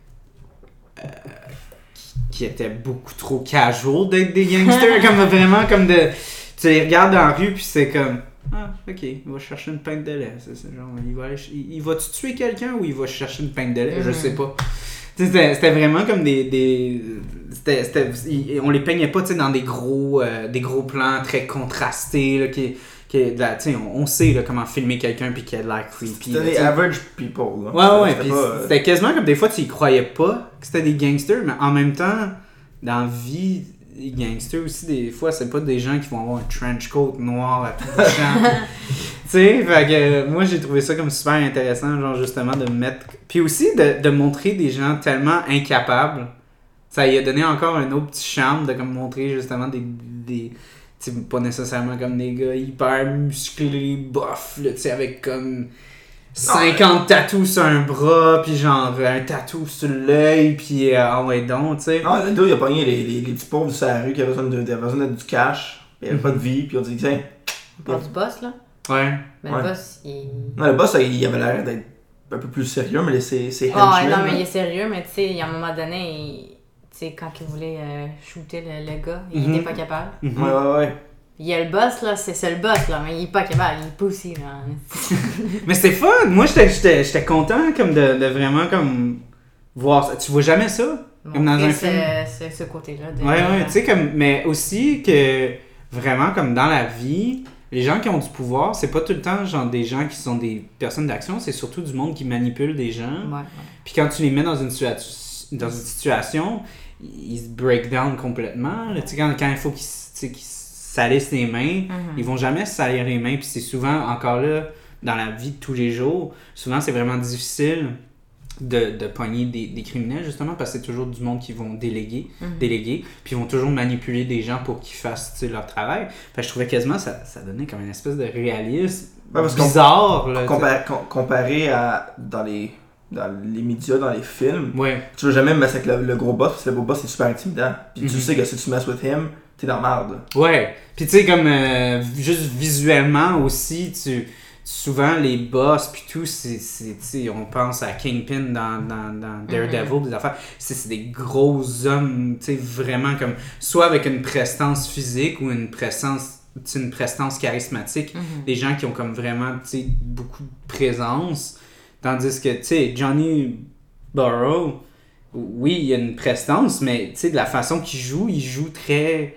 euh, qui, qui étaient beaucoup trop casual d'être des gangsters, comme vraiment comme de... Tu les regardes dans la rue, puis c'est comme... Ah, ok, il va chercher une pinte de lait. C'est, c'est genre, il va, aller ch- il, il va-tu tuer quelqu'un ou il va chercher une pinte de lait? Je
Mhm.
sais pas. Tu sais, C'était, c'était vraiment comme des. des c'était, c'était, il- on les peignait pas tu sais, dans des gros, euh, des gros plans très contrastés. Là, qui, qui, de la- tu sais, on, on sait là, comment filmer quelqu'un puis qu'il a de l'air creepy.
C'était
là,
des
tu sais.
average people. Là.
Ouais, ouais,
C'était
puis
pas, euh,
c'était quasiment comme des fois tu y croyais pas que c'était des gangsters, mais en même temps, dans la vie, les gangsters aussi, des fois, c'est pas des gens qui vont avoir un trench coat noir à tout bout de champ. Tu sais, fait que euh, moi j'ai trouvé ça comme super intéressant, genre justement de mettre. Puis aussi de, de montrer des gens tellement incapables. Ça y a donné encore un autre petit charme de comme montrer justement des. des tu sais, pas nécessairement comme des gars hyper musclés, bof, là, tu sais, avec comme cinquante tatous sur un bras, puis genre un tatou sur l'œil, puis euh, ah ouais donc, tu sais.
Non, le dos, il a pogné les, les, les petits pauvres sur la rue qui avaient besoin de, qui avaient besoin de du cash, puis il avait pas de vie, puis on dit tiens.
On parle du boss, là.
Ouais.
Mais
Ouais.
le boss, il.
Non, le boss, il avait l'air d'être un peu plus sérieux, mais c'est c'est
Ah, ouais,
henchmen,
non, mais
là.
il est sérieux, mais tu sais, il y a un moment donné, il- tu sais, quand il voulait euh, shooter le, le gars, il
Mhm.
était pas capable.
Mhm.
Ouais, ouais, ouais.
Il y a le boss, là, c'est, c'est le boss, là, mais il est pas capable, il est pas aussi, là.
Mais c'était fun! Moi j'étais, j'étais, j'étais content comme de, de vraiment comme voir ça. Tu vois jamais ça? Comme dans
Montrer
un
ce,
film.
ce, ce côté-là. de-
Ouais, ouais, tu sais, comme, mais aussi que vraiment, comme dans la vie, les gens qui ont du pouvoir, c'est pas tout le temps genre des gens qui sont des personnes d'action, c'est surtout du monde qui manipule des gens.
Ouais, ouais.
Puis quand tu les mets dans une, situa- dans une situation, ils se break down complètement. là. Tu sais, quand, quand il faut qu'ils, s- tu sais, qu'ils salissent les mains,
Mhm.
ils vont jamais se salir les mains. Puis c'est souvent, encore là, dans la vie de tous les jours, souvent c'est vraiment difficile de, de pogner des, des criminels, justement, parce que c'est toujours du monde qui vont déléguer,
Mhm.
déléguer, puis ils vont toujours manipuler des gens pour qu'ils fassent tu sais, leur travail. Fait que je trouvais quasiment ça, ça donnait comme une espèce de réalisme
Ouais, parce qu'on-
bizarre. Là, tu sais.
Compa- com- comparé à dans les dans les médias, dans les films,
Ouais.
tu veux jamais mettre avec le, le gros boss parce que le gros boss c'est super intimidant. Puis
Mhm.
tu sais que si tu messes with him, t'es dans la merde.
Ouais. Puis tu sais, comme euh, juste visuellement aussi, tu souvent les boss puis tout, c'est, c'est tu sais, on pense à Kingpin dans, dans, dans Daredevil, des affaires. C'est, c'est des gros hommes, tu sais, vraiment comme, soit avec une prestance physique ou une prestance, tu sais, une prestance charismatique.
Mhm.
Des gens qui ont comme vraiment, tu sais, beaucoup de présence. Tandis que, tu sais, Johnny Burrow, oui, il y a une prestance, mais, tu sais, de la façon qu'il joue, il joue très...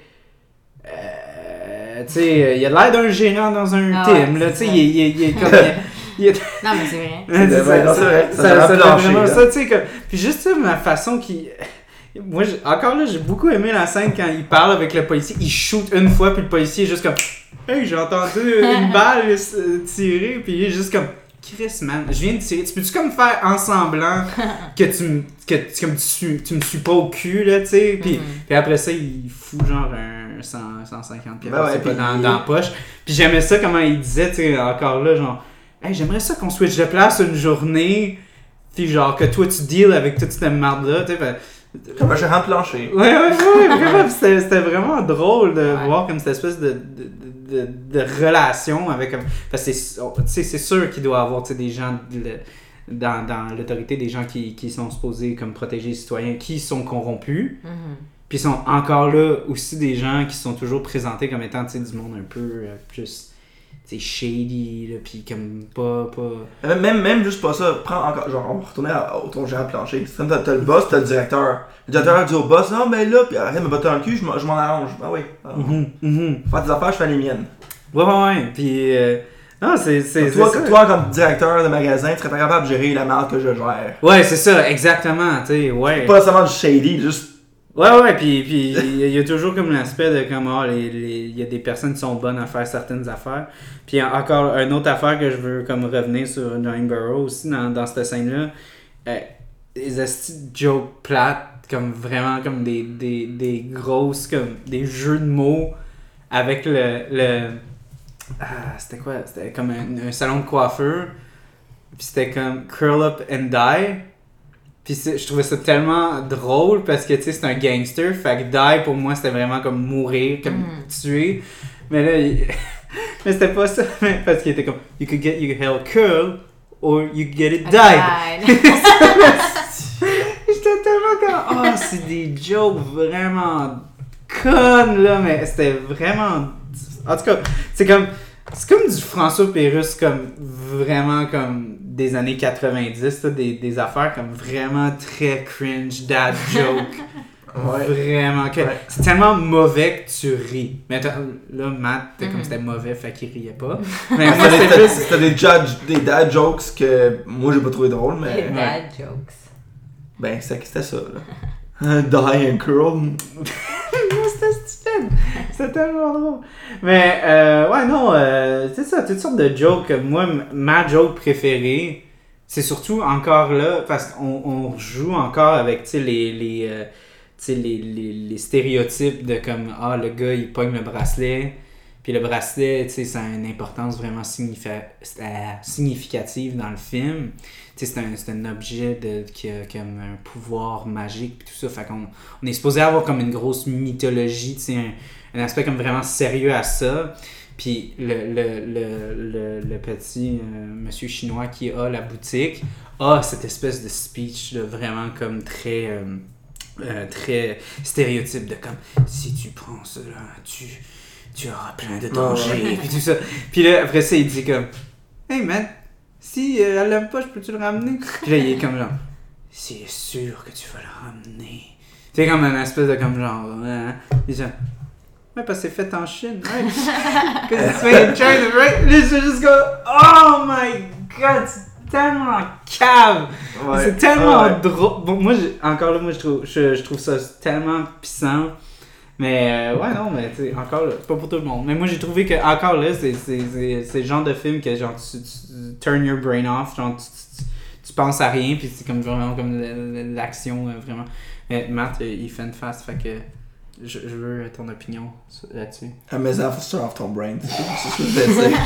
Euh, tu sais, il a l'air d'un gérant dans un
Ah
team,
ouais,
là,
c'est
tu sais,
ça.
il, est- il, est- il est comme... il est-
Non, mais c'est vrai.
c'est
C'est vrai, non, c'est vrai.
Ça,
Ça
ça,
devrait
ça
plancher,
vraiment
là.
ça, tu sais, comme... Puis juste ça, ma façon qui... Moi, j'ai- encore là, j'ai beaucoup aimé la scène quand il parle avec le policier. Il shoot une fois, puis le policier est juste comme... Hey, j'ai entendu une balle euh, tirer, puis il est juste comme... Chris, man, je viens de tirer. Tu peux-tu comme faire en semblant que tu me que, tu- comme tu, suis- tu me suis pas au cul, là, tu sais? Puis,
Mhm.
puis après ça, il fout genre un cent, cent cinquante pièces
Ben ouais,
c'est pas
puis
dans,
il-
dans la poche. Puis j'aimais ça comment il disait, tu sais, encore là, genre... Hey, j'aimerais ça qu'on switch de place une journée, puis genre que toi tu deals avec toute cette merde-là, tu sais. fait-
Comme un gérant de plancher.
Ouais, ouais, ouais, vraiment, puis c'était, c'était vraiment drôle de
Ouais.
voir comme cette espèce de, de, de, de relation avec... comme- Parce que c'est, tu sais, c'est sûr qu'il doit y avoir tu sais, des gens de le- dans, dans l'autorité, des gens qui, qui sont supposés comme protéger les citoyens, qui sont corrompus,
Mhm.
puis ils sont encore là aussi des gens qui sont toujours présentés comme étant tu sais, du monde un peu euh, plus... Tu c'est shady, là, pis comme pas. pas...
Même, même, même juste pas ça, prends encore, genre, on va retourner à, au ton gérant plancher. C'est comme t'as, t'as le boss, t'as le directeur. Le directeur dit au boss, non, mais là, pis arrête de me botter dans le cul, je m'en, je m'en arrange. Ah oui. Ah,
Mm-hmm, mm-hmm.
Faire tes affaires, je fais les miennes.
Ouais, ouais, ouais. Pis. Euh... Non, c'est. c'est,
toi,
c'est ça.
toi, comme directeur de magasin, tu serais pas capable de gérer la merde que je gère.
Ouais, c'est ça, exactement, tu sais, ouais.
Pas seulement du shady, juste.
Ouais, ouais, puis puis il y, y a toujours comme l'aspect de comme, ah, les, les, il y a des personnes qui sont bonnes à faire certaines affaires. Puis encore une autre affaire que je veux comme revenir sur Johnny Burrow aussi dans, dans cette scène-là. Euh, les esti jokes plates, comme vraiment comme des, des, des grosses, comme des jeux de mots avec le... le ah, c'était quoi? C'était comme un, un salon de coiffeur. Puis c'était comme curl up and die. Puis je trouvais ça tellement drôle parce que tu sais c'est un gangster, fait que die pour moi c'était vraiment comme mourir, comme mm. tuer. Mais là, il... mais c'était pas ça, mais parce qu'il était comme you could get your hair curl or you could get it dyed. J'étais tellement comme oh c'est des jokes vraiment connes là, mais c'était vraiment en tout cas c'est comme c'est comme du François Pérusse comme vraiment comme des années quatre-vingt-dix, là, des, des affaires comme vraiment très cringe, dad joke. Ouais. Vraiment. Que, ouais. C'est tellement mauvais que tu ris. Mais là, Matt, t'es mm. comme c'était mauvais, fait qu'il riait pas. Mais moi,
c'était plus... C'était des, judge, des dad jokes que moi, j'ai pas trouvé drôle, mais...
Des dad jokes.
Ben, c'était ça, là. Die and curl.
C'était stupide. C'était tellement drôle. Mais, euh, ouais, non, euh, c'est ça, toutes sortes de jokes. Moi, ma joke préférée, c'est surtout encore là, parce qu'on on joue encore avec, tu sais, les, les, euh, les, les, les stéréotypes de comme, ah, le gars, il pogne le bracelet. Puis le bracelet, tu sais, ça a une importance vraiment signifi- significative dans le film. Tu sais, c'est un, c'est un objet de, qui a comme un pouvoir magique puis tout ça. Fait qu'on on est supposé avoir comme une grosse mythologie, tu sais, un, un aspect comme vraiment sérieux à ça. Puis le, le, le, le, le petit euh, monsieur chinois qui a la boutique a cette espèce de speech là, vraiment comme très... Euh, euh, très stéréotype de comme, si tu prends cela, tu... tu auras plein de dangers, oh, puis tout ça. Puis là, après ça, il dit comme, hey man, si euh, elle l'aime pas, je peux-tu le ramener? Puis là, il est comme genre, c'est sûr que tu vas le ramener. C'est comme un espèce de comme genre, hein? Il dit, ouais, parce que c'est fait en Chine, right? Because it's made in China, right? Là, je juste comme, oh my god, c'est tellement cave! Ouais. C'est tellement ouais. drôle. Bon, moi, encore là, moi, je trouve, je, je trouve ça tellement puissant. Mais euh, ouais, non, mais tu sais, encore là, c'est pas pour tout le monde. Mais moi, j'ai trouvé que, encore là, c'est, c'est, c'est, c'est le genre de film que, genre, tu, tu turn your brain off, genre, tu, tu, tu penses à rien, puis c'est comme vraiment comme l'action, euh, vraiment. Mais Matt, il fait une face, fait que je, je veux ton opinion là-dessus.
Ah, mais ça, faut turn off ton brain. C'est ce que je veux dire.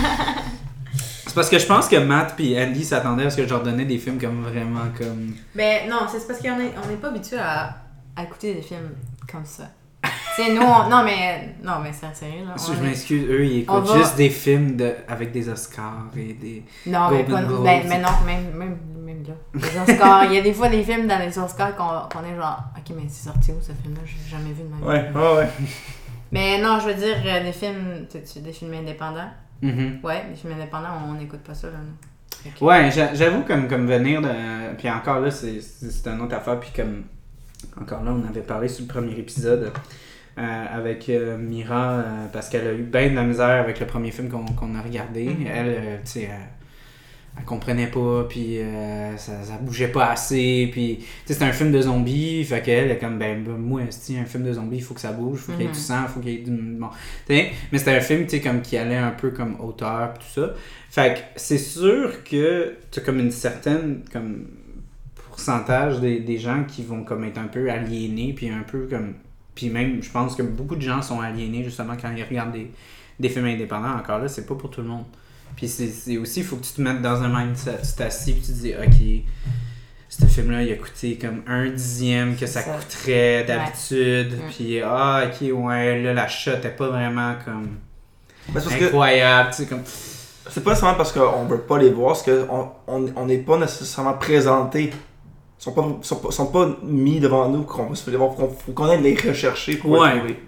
C'est parce que je pense que Matt et Andy s'attendaient à ce que je leur donnais des films comme vraiment comme...
Mais non, c'est parce qu'on est, on est pas habitué à, à écouter des films comme ça. C'est nous, on... non mais non mais c'est sérieux là.
Je est... m'excuse, eux ils écoutent va... juste des films de... avec des Oscars et des
non mais pas nous, ben, mais non même même même là. Les Oscars, il y a des fois des films dans les Oscars qu'on, qu'on est genre ok mais c'est sorti où ce film là, j'ai jamais vu de ma vie.
Ouais ouais ouais.
Mais non je veux dire des films, des films indépendants.
Mm-hmm.
Ouais des films indépendants on n'écoute pas ça là. Non.
Okay. Ouais j'avoue comme comme venir de puis encore là c'est c'est, c'est une autre affaire puis comme encore là on avait parlé sur le premier épisode. Euh, avec euh, Mira, euh, parce qu'elle a eu bien de la misère avec le premier film qu'on, qu'on a regardé. Mm-hmm. Elle, euh, tu sais, elle, elle comprenait pas, puis euh, ça, ça bougeait pas assez, puis tu sais, c'était un film de zombies, fait qu'elle est comme, ben, ben moi, c'est un film de zombies, il faut que ça bouge, il faut mm-hmm. qu'il y ait du sang, il faut qu'il y ait du... Bon, tu sais, mais c'était un film, tu sais, comme qui allait un peu comme auteur, pis tout ça. Fait que c'est sûr que tu as comme une certaine, comme, pourcentage des, des gens qui vont comme être un peu aliénés, puis un peu comme... Puis même, je pense que beaucoup de gens sont aliénés justement quand ils regardent des, des films indépendants. Encore là, c'est pas pour tout le monde. Puis c'est, c'est aussi, il faut que tu te mettes dans un mindset. Tu t'assis et tu te dis, ok, ce film-là, il a coûté comme un dixième que ça, ça. coûterait d'habitude. Ouais. Puis, ah, ok, ouais, là, la shot est pas vraiment comme incroyable. Tu sais, comme...
C'est pas seulement parce qu'on veut pas les voir, c'est qu'on on n'est pas nécessairement présenté. Ils sont pas, sont pas, sont pas mis devant nous qu'on va se faire voir, qu'on, qu'on aille les rechercher pour
ouais.
les trouver.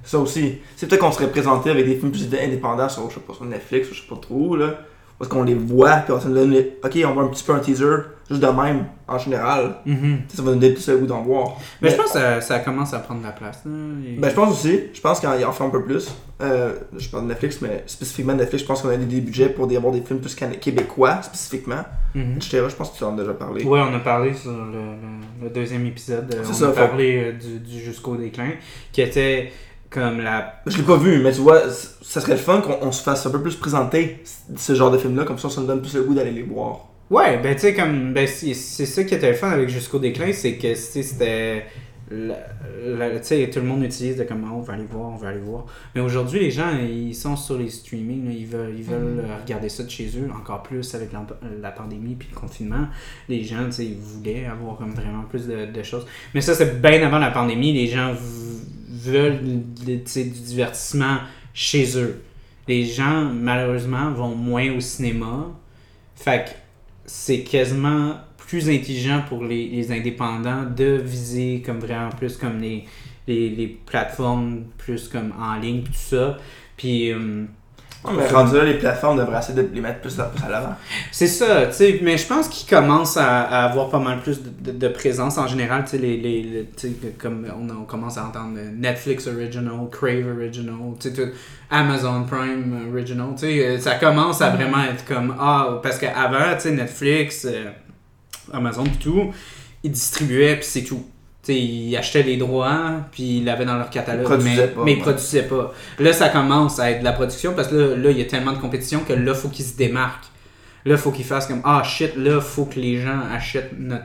Ça aussi. C'est peut-être qu'on serait présenté avec des films plus indépendants sur, je sais pas, sur Netflix ou je sais pas trop, là. Parce qu'on les voit, puis on se donne les... Ok, on voit un petit peu un teaser, juste de même, en général.
Mm-hmm.
Ça va nous donner plus le goût d'en voir.
Mais, mais je pense que ça, ça commence à prendre de la place. Là. Et...
Ben, je pense aussi. Je pense qu'ils en font un peu plus. Euh, je parle de Netflix, mais spécifiquement de Netflix, je pense qu'on a des, des budgets pour avoir des films plus québécois, spécifiquement.
Mm-hmm.
et cetera. Je pense que tu en as déjà parlé.
Ouais, on a parlé sur le, le, le deuxième épisode.
C'est
on
ça,
a
fait...
parlé du, du Jusqu'au déclin, qui était comme la...
Je l'ai pas vu, mais tu vois, ça serait le fun qu'on on se fasse un peu plus présenter ce genre de film-là, comme ça, ça nous donne plus le goût d'aller les voir.
Ouais, ben tu sais, comme, ben c'est, c'est ça qui était le fun avec Jusqu'au déclin, c'est que c'était... Tu sais, tout le monde utilise de comme, oh, on va aller voir, on va aller voir. Mais aujourd'hui, les gens, ils sont sur les streamings, là, ils veulent, ils veulent mm-hmm. regarder ça de chez eux, encore plus avec la, la pandémie puis le confinement. Les gens, tu sais, ils voulaient avoir comme vraiment plus de, de choses. Mais ça, c'est bien avant la pandémie, les gens v- veulent tu sais, du divertissement chez eux. Les gens, malheureusement, vont moins au cinéma. Fait que c'est quasiment plus intelligent pour les, les indépendants de viser comme vraiment plus comme les, les, les plateformes plus comme en ligne pis tout ça. Puis euh,
ouais, mais rendu là, les plateformes devraient essayer de les mettre plus, plus à l'avant.
C'est ça, tu sais, mais je pense qu'ils commencent à, à avoir pas mal plus de, de, de présence en général, tu sais, les, les, les, tu sais, comme on, on commence à entendre Netflix Original, Crave Original, tu sais, tout, Amazon Prime Original, tu sais, ça commence à vraiment être comme, ah, parce qu'avant, tu sais, Netflix, euh, Amazon pis tout, ils distribuaient pis c'est tout. T'sais, ils achetaient les droits, puis ils l'avaient dans leur catalogue,
ils
mais,
pas,
mais
ouais.
ils produisaient pas. Là, ça commence à être de la production, parce que là, là, il y a tellement de compétition que là, il faut qu'ils se démarquent. Là, il faut qu'ils fassent comme, ah shit, là, il faut que les gens achètent notre...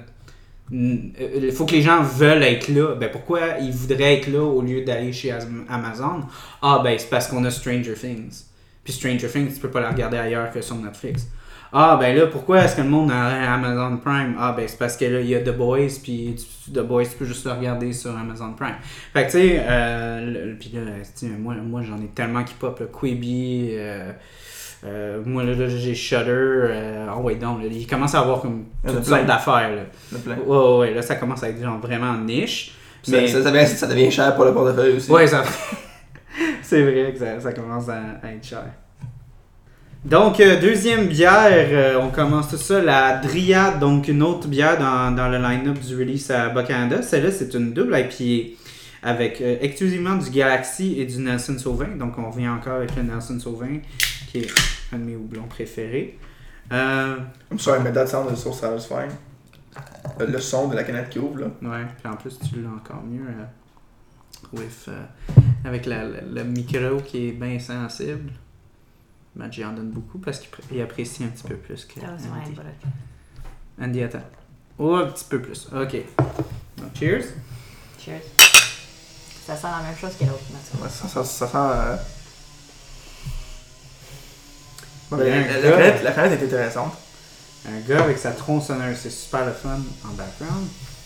Il faut que les gens veulent être là. Ben pourquoi ils voudraient être là au lieu d'aller chez Amazon? Ah ben, c'est parce qu'on a Stranger Things. Puis Stranger Things, tu peux pas la regarder ailleurs que sur Netflix. Ah, ben là, pourquoi est-ce que le monde a Amazon Prime? Ah, ben c'est parce que là, il y a The Boys, puis The Boys, tu peux juste le regarder sur Amazon Prime. Fait que, tu sais, euh, puis là, moi, moi j'en ai tellement qui pop, le Quibi, euh, euh, moi, là, là, j'ai Shudder, euh, oh, ouais, donc, là, il commence à avoir comme toutes sortes d'affaires, là. Ouais, ouais, ouais, là, ça commence à être genre vraiment niche.
Mais ça, ça, devient, ça devient cher pour le portefeuille aussi.
Ouais, ça... c'est vrai que ça, ça commence à, à être cher. Donc, euh, deuxième bière, euh, on commence tout ça, la Dryade, donc une autre bière dans, dans le line-up du release à Bas-Canada. Celle-là, c'est une double I P A avec euh, exclusivement du Galaxy et du Nelson Sauvin. Donc, on revient encore avec le Nelson Sauvin, qui est un de mes houblons préférés. Euh...
I'm sorry, mais that sound is so satisfying. Le son de la canette qui ouvre, là.
Ouais, puis en plus, tu l'as encore mieux euh, with, euh, avec la, la, le micro qui est bien sensible. Maggie en donne beaucoup parce qu'il apprécie un petit peu plus que Andy. Andy, attends. Oh, un petit peu plus. Ok. Donc, cheers.
Cheers. Ça sent la même chose que l'autre,
ouais, ça, ça, ça sent... Euh...
Ouais,
la, la, la, canette, la canette est intéressante.
Un gars avec sa tronçonneuse, c'est super le fun en background.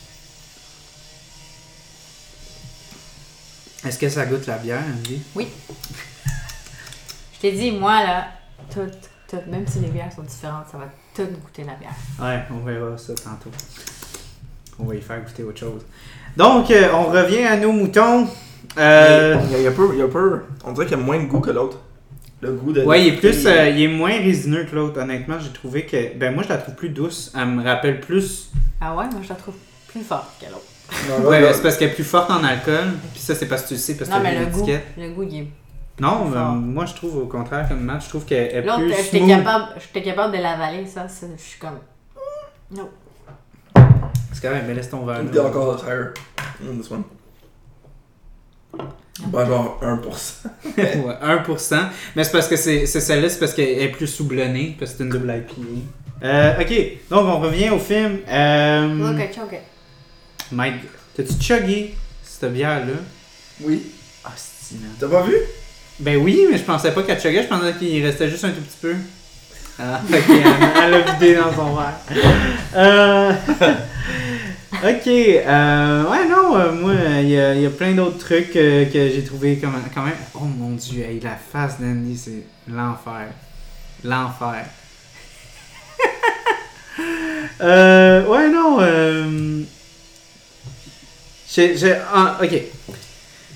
Est-ce que ça goûte la bière, Andy?
Oui. Je t'ai dit, moi, là, tout, tout, même si les bières sont différentes, ça va tout goûter la bière.
Ouais, on verra ça tantôt. On va y faire goûter autre chose. Donc, euh, on revient à nos moutons. Euh...
Il, y a, il, y a peu, il y a peu... On dirait qu'il y a moins de goût que l'autre. Le goût de...
Ouais, il est plus... Euh, il est moins résineux que l'autre, honnêtement. J'ai trouvé que... Ben, moi, je la trouve plus douce. Elle me rappelle plus...
Ah ouais? Moi, je la trouve plus forte que l'autre.
Non, ouais, là, c'est parce qu'elle est plus forte en alcool. Puis ça, c'est parce que tu le sais, parce que
non,
tu as
mais le goût,
l'étiquette.
le goût, il est...
Non, euh, moi je trouve au contraire comme Matt, je trouve qu'elle est
l'autre,
plus
j'étais
smooth.
capable, j'étais capable de l'avaler, ça, c'est, je suis comme... Non.
C'est correct, mais laisse ton verre.
Il était encore higher. Mm, this one. Bah, genre un pour cent.
Ouais, un pour cent. Mais c'est parce que c'est, c'est celle-là, c'est parce qu'elle est plus soublonnée, parce que c'est une double I P A. Euh, ok, donc on revient au film. Euh...
Ok, ok.
Mike, t'as-tu chuggé cette bière-là?
Oui.
Ah, c'est non.
T'as pas vu?
Ben oui, mais je pensais pas qu'elle chuggait, je pensais qu'il restait juste un tout petit peu. Ah, ok, elle, elle l'a vidé dans son verre. Euh... ok, euh, ouais, non, euh, moi, il y, y a plein d'autres trucs euh, que j'ai trouvé quand même, quand même. Oh mon dieu, hey, la face d'Andy, c'est l'enfer. L'enfer. euh, ouais, non, euh... J'ai, j'ai, ah, ok.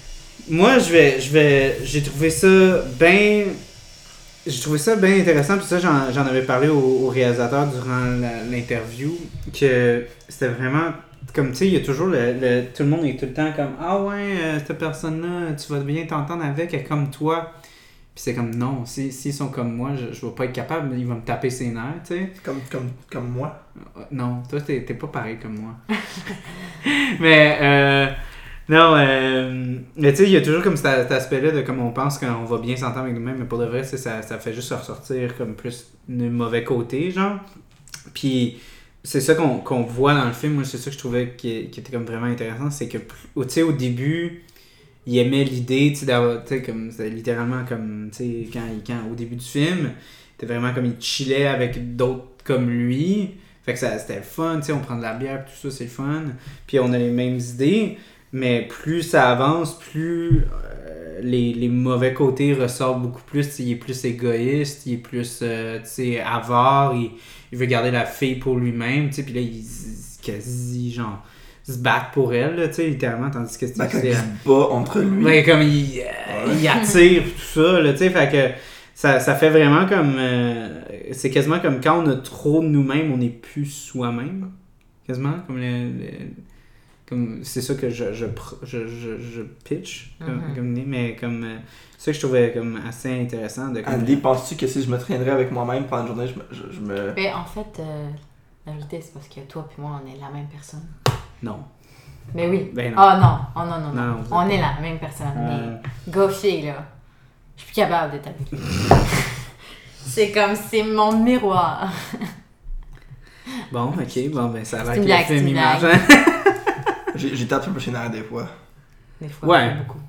moi, je vais, je vais, j'ai trouvé ça bien, j'ai trouvé ça bien intéressant. Puis ça, j'en, j'en avais parlé au, au réalisateur durant la, l'interview, que c'était vraiment comme, tu sais, il y a toujours le, le, tout le monde est tout le temps comme, ah ouais, euh, cette personne-là, tu vas bien t'entendre avec, elle est comme toi. Puis c'est comme, non, si, s'ils sont comme moi, je, je vais pas être capable, ils vont me taper ses nerfs, tu sais.
Comme, comme, comme moi.
Non, toi, t'es, t'es pas pareil comme moi. mais, euh, non, euh, mais tu sais, il y a toujours comme cet, cet aspect-là de comme on pense qu'on va bien s'entendre avec nous-mêmes, mais pour de vrai, ça, ça fait juste ressortir comme plus le mauvais côté, genre. Puis c'est ça qu'on, qu'on voit dans le film, moi, c'est ça que je trouvais qui, qui était comme vraiment intéressant, c'est que, tu sais, au début, il aimait l'idée, tu sais, d'avoir, tu sais, comme, c'était littéralement comme, tu sais, quand, quand, au début du film, c'était vraiment comme il chillait avec d'autres comme lui. Fait que ça, c'était le fun, tu sais, on prend de la bière, tout ça, c'est le fun. Puis on a les mêmes idées, mais plus ça avance, plus euh, les, les mauvais côtés ressortent beaucoup plus. Tu sais, il est plus égoïste, il est plus, euh, tu sais, avare, il, il veut garder la fille pour lui-même, tu sais, puis là, il, il quasi, genre, se bat pour elle, là, tu sais, littéralement, tandis que...
Ben, quand il se bat entre lui.
Ouais, comme il, euh, il attire, tout ça, là, tu sais, fait que... Ça, ça fait vraiment comme... Euh, c'est quasiment comme quand on a trop de nous-mêmes, on n'est plus soi-même. Quasiment, comme... Le, le, comme c'est ça que je, je, je, je, je pitch, comme, mm-hmm. comme, mais comme... Euh, c'est ça que je trouvais comme assez intéressant. De, comme,
Andy, penses-tu que si je me traînerais avec moi-même pendant une journée, je me... Je, je me...
Mais en fait, euh, la vérité, c'est parce que toi et moi, on est la même personne.
Non.
Mais oui.
Ben non.
Oh non, oh non, non, non. non on est la même personne.
Euh...
Mais gaucher, là. Je suis plus capable d'être avec lui. C'est comme, c'est mon miroir.
Bon, ok, bon, ben ça a l'air
qu'il a fait
image.
j'ai, j'ai tapé un peu chez nerfs des fois.
Des fois,
ouais.
beaucoup.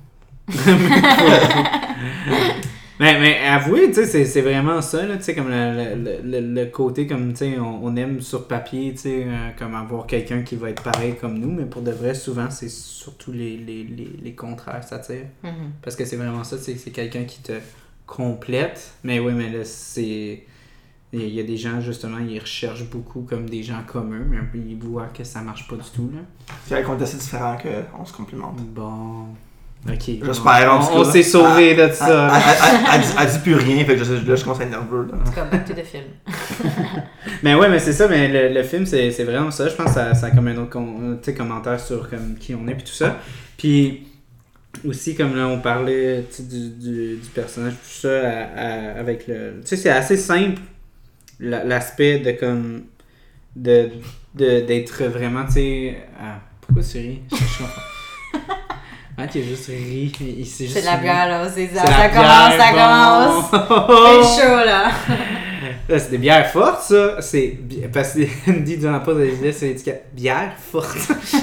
mais, mais avouez, tu sais, c'est, c'est vraiment ça, là, tu sais, comme le, le, le, le côté, comme, tu sais, on, on aime sur papier, tu sais, euh, comme avoir quelqu'un qui va être pareil comme nous, mais pour de vrai, souvent, c'est surtout les, les, les, les contraires, ça tire. Mm-hmm. Parce que c'est vraiment ça, c'est, c'est quelqu'un qui te complète, mais oui, mais là, c'est... Il y a des gens, justement, ils recherchent beaucoup comme des gens communs, mais ils voient que ça marche pas du tout, là.
C'est vrai qu'on est assez différents qu'on se complimente.
Bon... Ok.
J'espère,
on, on, on s'est sauvé de ça.
Elle dit plus rien, fait que je, là je commence à être nerveux.
En tout cas, back to the film.
Mais ouais, mais c'est ça, mais le, le film c'est, c'est vraiment ça. Je pense que ça, ça a comme un autre com- commentaire sur comme, qui on est puis tout ça. Puis aussi, comme là on parlait du, du, du personnage, tout ça, à, à, avec le. Tu sais, c'est assez simple la, l'aspect de comme. de, de d'être vraiment, tu sais. Ah, pourquoi tu ris? Je suis Ah, tu as juste ri. Il, c'est juste
c'est de la bière, là. C'est ça.
C'est
ça commence, ça bon. commence. C'est chaud, là.
Là, c'est des bières fortes, ça. C'est... Parce que Andy, durant la pause, elle disait, c'est l'étiquette bière forte.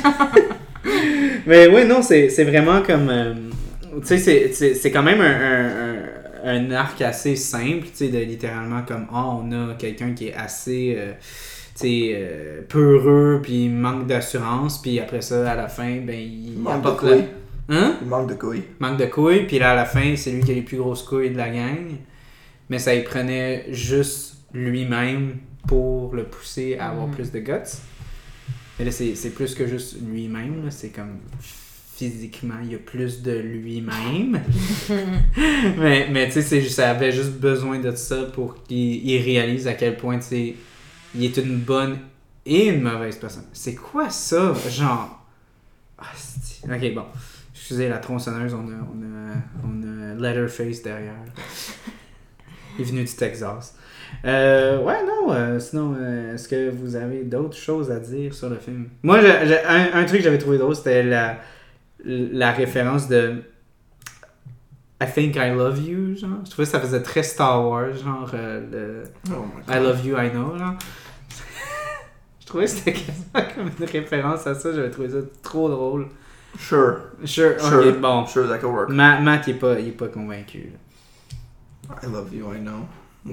Mais oui, non, c'est, c'est vraiment comme... Euh, tu sais, c'est, c'est, c'est quand même un, un, un, un arc assez simple, tu sais, de littéralement comme, ah, oh, on a quelqu'un qui est assez... Euh, c'est euh, peureux, puis il manque d'assurance, puis après ça, à la fin, ben, il,
il manque
apporte
de couilles.
La... Hein?
Il manque de couilles.
Il manque de couilles, puis là, à la fin, c'est lui qui a les plus grosses couilles de la gang. Mais ça, il prenait juste lui-même pour le pousser à avoir mm. plus de guts. Mais là, c'est, c'est plus que juste lui-même, là. C'est comme physiquement, il y a plus de lui-même. mais mais tu sais, c'est, ça avait juste besoin de ça pour qu'il il réalise à quel point, tu sais, il est une bonne et une mauvaise personne. C'est quoi ça? Genre... Ah, c'est... Ok, bon. Excusez la tronçonneuse, on a, on a, on a Leatherface derrière. Il est venu du Texas. Euh, ouais, non, euh, sinon, euh, est-ce que vous avez d'autres choses à dire sur le film? Moi, j'ai, j'ai, un, un truc que j'avais trouvé drôle, c'était la, la référence de I think I love you, genre. Je trouvais que ça faisait très Star Wars, genre euh, le oh I love you, I know, genre. Je trouvais que c'était quasiment comme une référence à ça, j'avais trouvé ça trop drôle.
Sure.
Sure, ok,
sure.
bon.
Sure, that could work.
Ma- Matt, il est pas, il est pas convaincu.
Là. I love you, I know.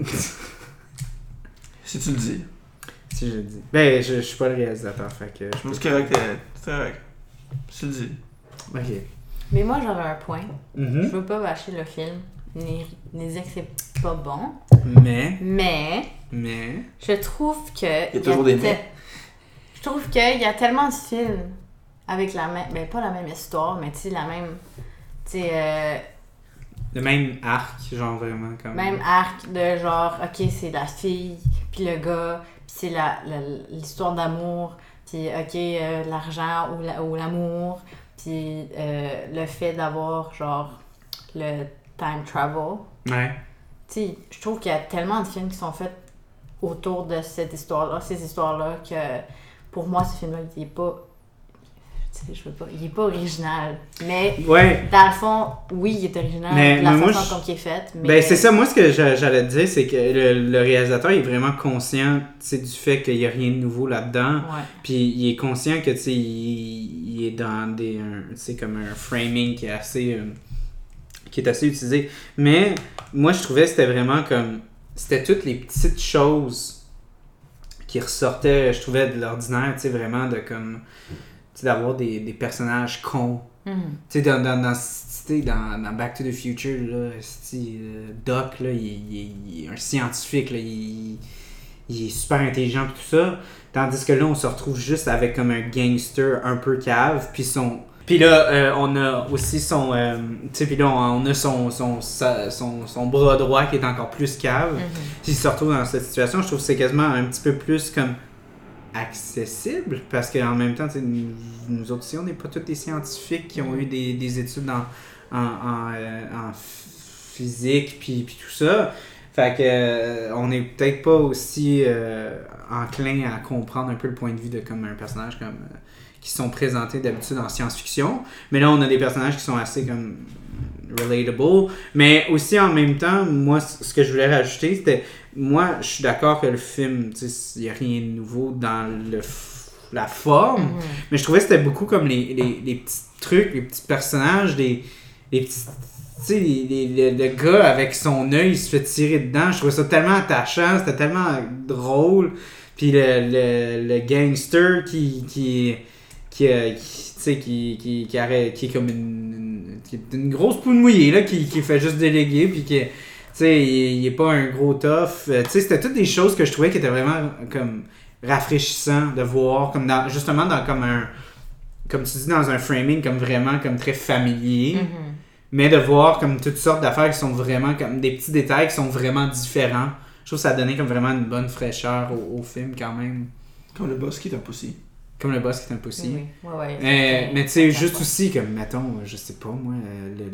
Si tu le dis.
Si je le dis. Ben, je, je suis pas le réalisateur, fait que...
Je pense que c'est correct, c'est correct. Si tu le dis.
Ok.
Mais moi, j'avais un point.
Mm-hmm.
Je veux pas bâcher le film, ni, ni dire que c'est pas bon.
Mais...
Mais...
Mais...
Je trouve que...
Il y a toujours des mais.
Je trouve qu'il y a tellement de films avec la même... Ben, pas la même histoire, mais tu sais, la même... tu sais, euh,
Le même arc, genre vraiment comme.
même arc de genre, ok, c'est la fille, puis le gars, puis c'est la, la, l'histoire d'amour, puis ok, euh, l'argent ou, la, ou l'amour, puis euh, le fait d'avoir genre le time travel.
Ouais.
Tu sais, je trouve qu'il y a tellement de films qui sont faits autour de cette histoire-là, ces histoires-là, que pour moi, ce film-là, il est pas. Tu sais, je veux pas. Il est pas original. Mais,
Ouais.
dans le fond, oui, il est original.
Mais-
la
mais moi,
façon
je-
dont il est fait. Mais...
Ben, c'est ça, moi, ce que j'a- j'allais te dire, c'est que le, le réalisateur il est vraiment conscient, tu sais, du fait qu'il n'y a rien de nouveau là-dedans.
Ouais.
Puis il est conscient que, tu sais, il, il est dans des, un- tu sais, comme un framing qui est assez, euh, qui est assez utilisé. Mais moi, je trouvais que c'était vraiment comme, c'était toutes les petites choses qui ressortaient, je trouvais, de l'ordinaire, tu sais, vraiment de comme, tu sais, d'avoir des, des personnages cons.
Mhm.
Tu sais, dans, dans, dans, tu sais, dans, dans Back to the Future, là, esti, euh, Doc, là, il, il- il est un scientifique, là, il, il est super intelligent et tout ça. Tandis que là, on se retrouve juste avec comme un gangster un peu cave, puis son... Puis là, euh, on a aussi son... euh, tu sais, puis là, on, on a son, son, sa- son, son bras droit qui est encore plus cave.
Mhm.
Puis il se retrouve dans cette situation, je trouve que c'est quasiment un petit peu plus comme accessible, parce qu'en même temps, tu sais, nous, nous autres aussi, on n'est pas tous des scientifiques qui ont eu des, des études en, en, en, euh, en physique, puis, puis tout ça. Fait que euh, on n'est peut-être pas aussi euh, enclin à comprendre un peu le point de vue de comme un personnage comme euh, qui sont présentés d'habitude en science-fiction. Mais là, on a des personnages qui sont assez comme relatable. Mais aussi en même temps, moi, ce que je voulais rajouter, c'était moi, je suis d'accord que le film, tu sais, il n'y a rien de nouveau dans le f- la forme,
Mhm.
mais je trouvais que c'était beaucoup comme les, les, les petits trucs, les petits personnages, les, les petits. Tu sais, les- les- le, le gars avec son œil, il se fait tirer dedans. Je trouvais ça tellement attachant, c'était tellement drôle. Puis le, le, le gangster qui. qui qui, euh, qui, tu sais, qui, qui, qui, arrête, qui est comme une, une, qui est une grosse poule mouillée, là, qui, qui fait juste déléguer, puis qui, tu sais, il, il est pas un gros tough. Euh, tu sais, c'était toutes des choses que je trouvais qui étaient vraiment comme rafraîchissant de voir, comme dans, justement dans comme un, comme tu dis, dans un framing comme vraiment comme très familier,
Mhm.
mais de voir comme toutes sortes d'affaires qui sont vraiment comme des petits détails qui sont vraiment différents. Je trouve que ça donnait comme vraiment une bonne fraîcheur au, au film quand même.
Comme le boss qui est un pussy.
Comme le boss qui est un pussy.
Oui, oui. Ouais, ouais,
Euh,
c'est-
mais tu sais,
c'est
juste
sympa.
aussi, comme, mettons, je sais pas, moi, euh, le,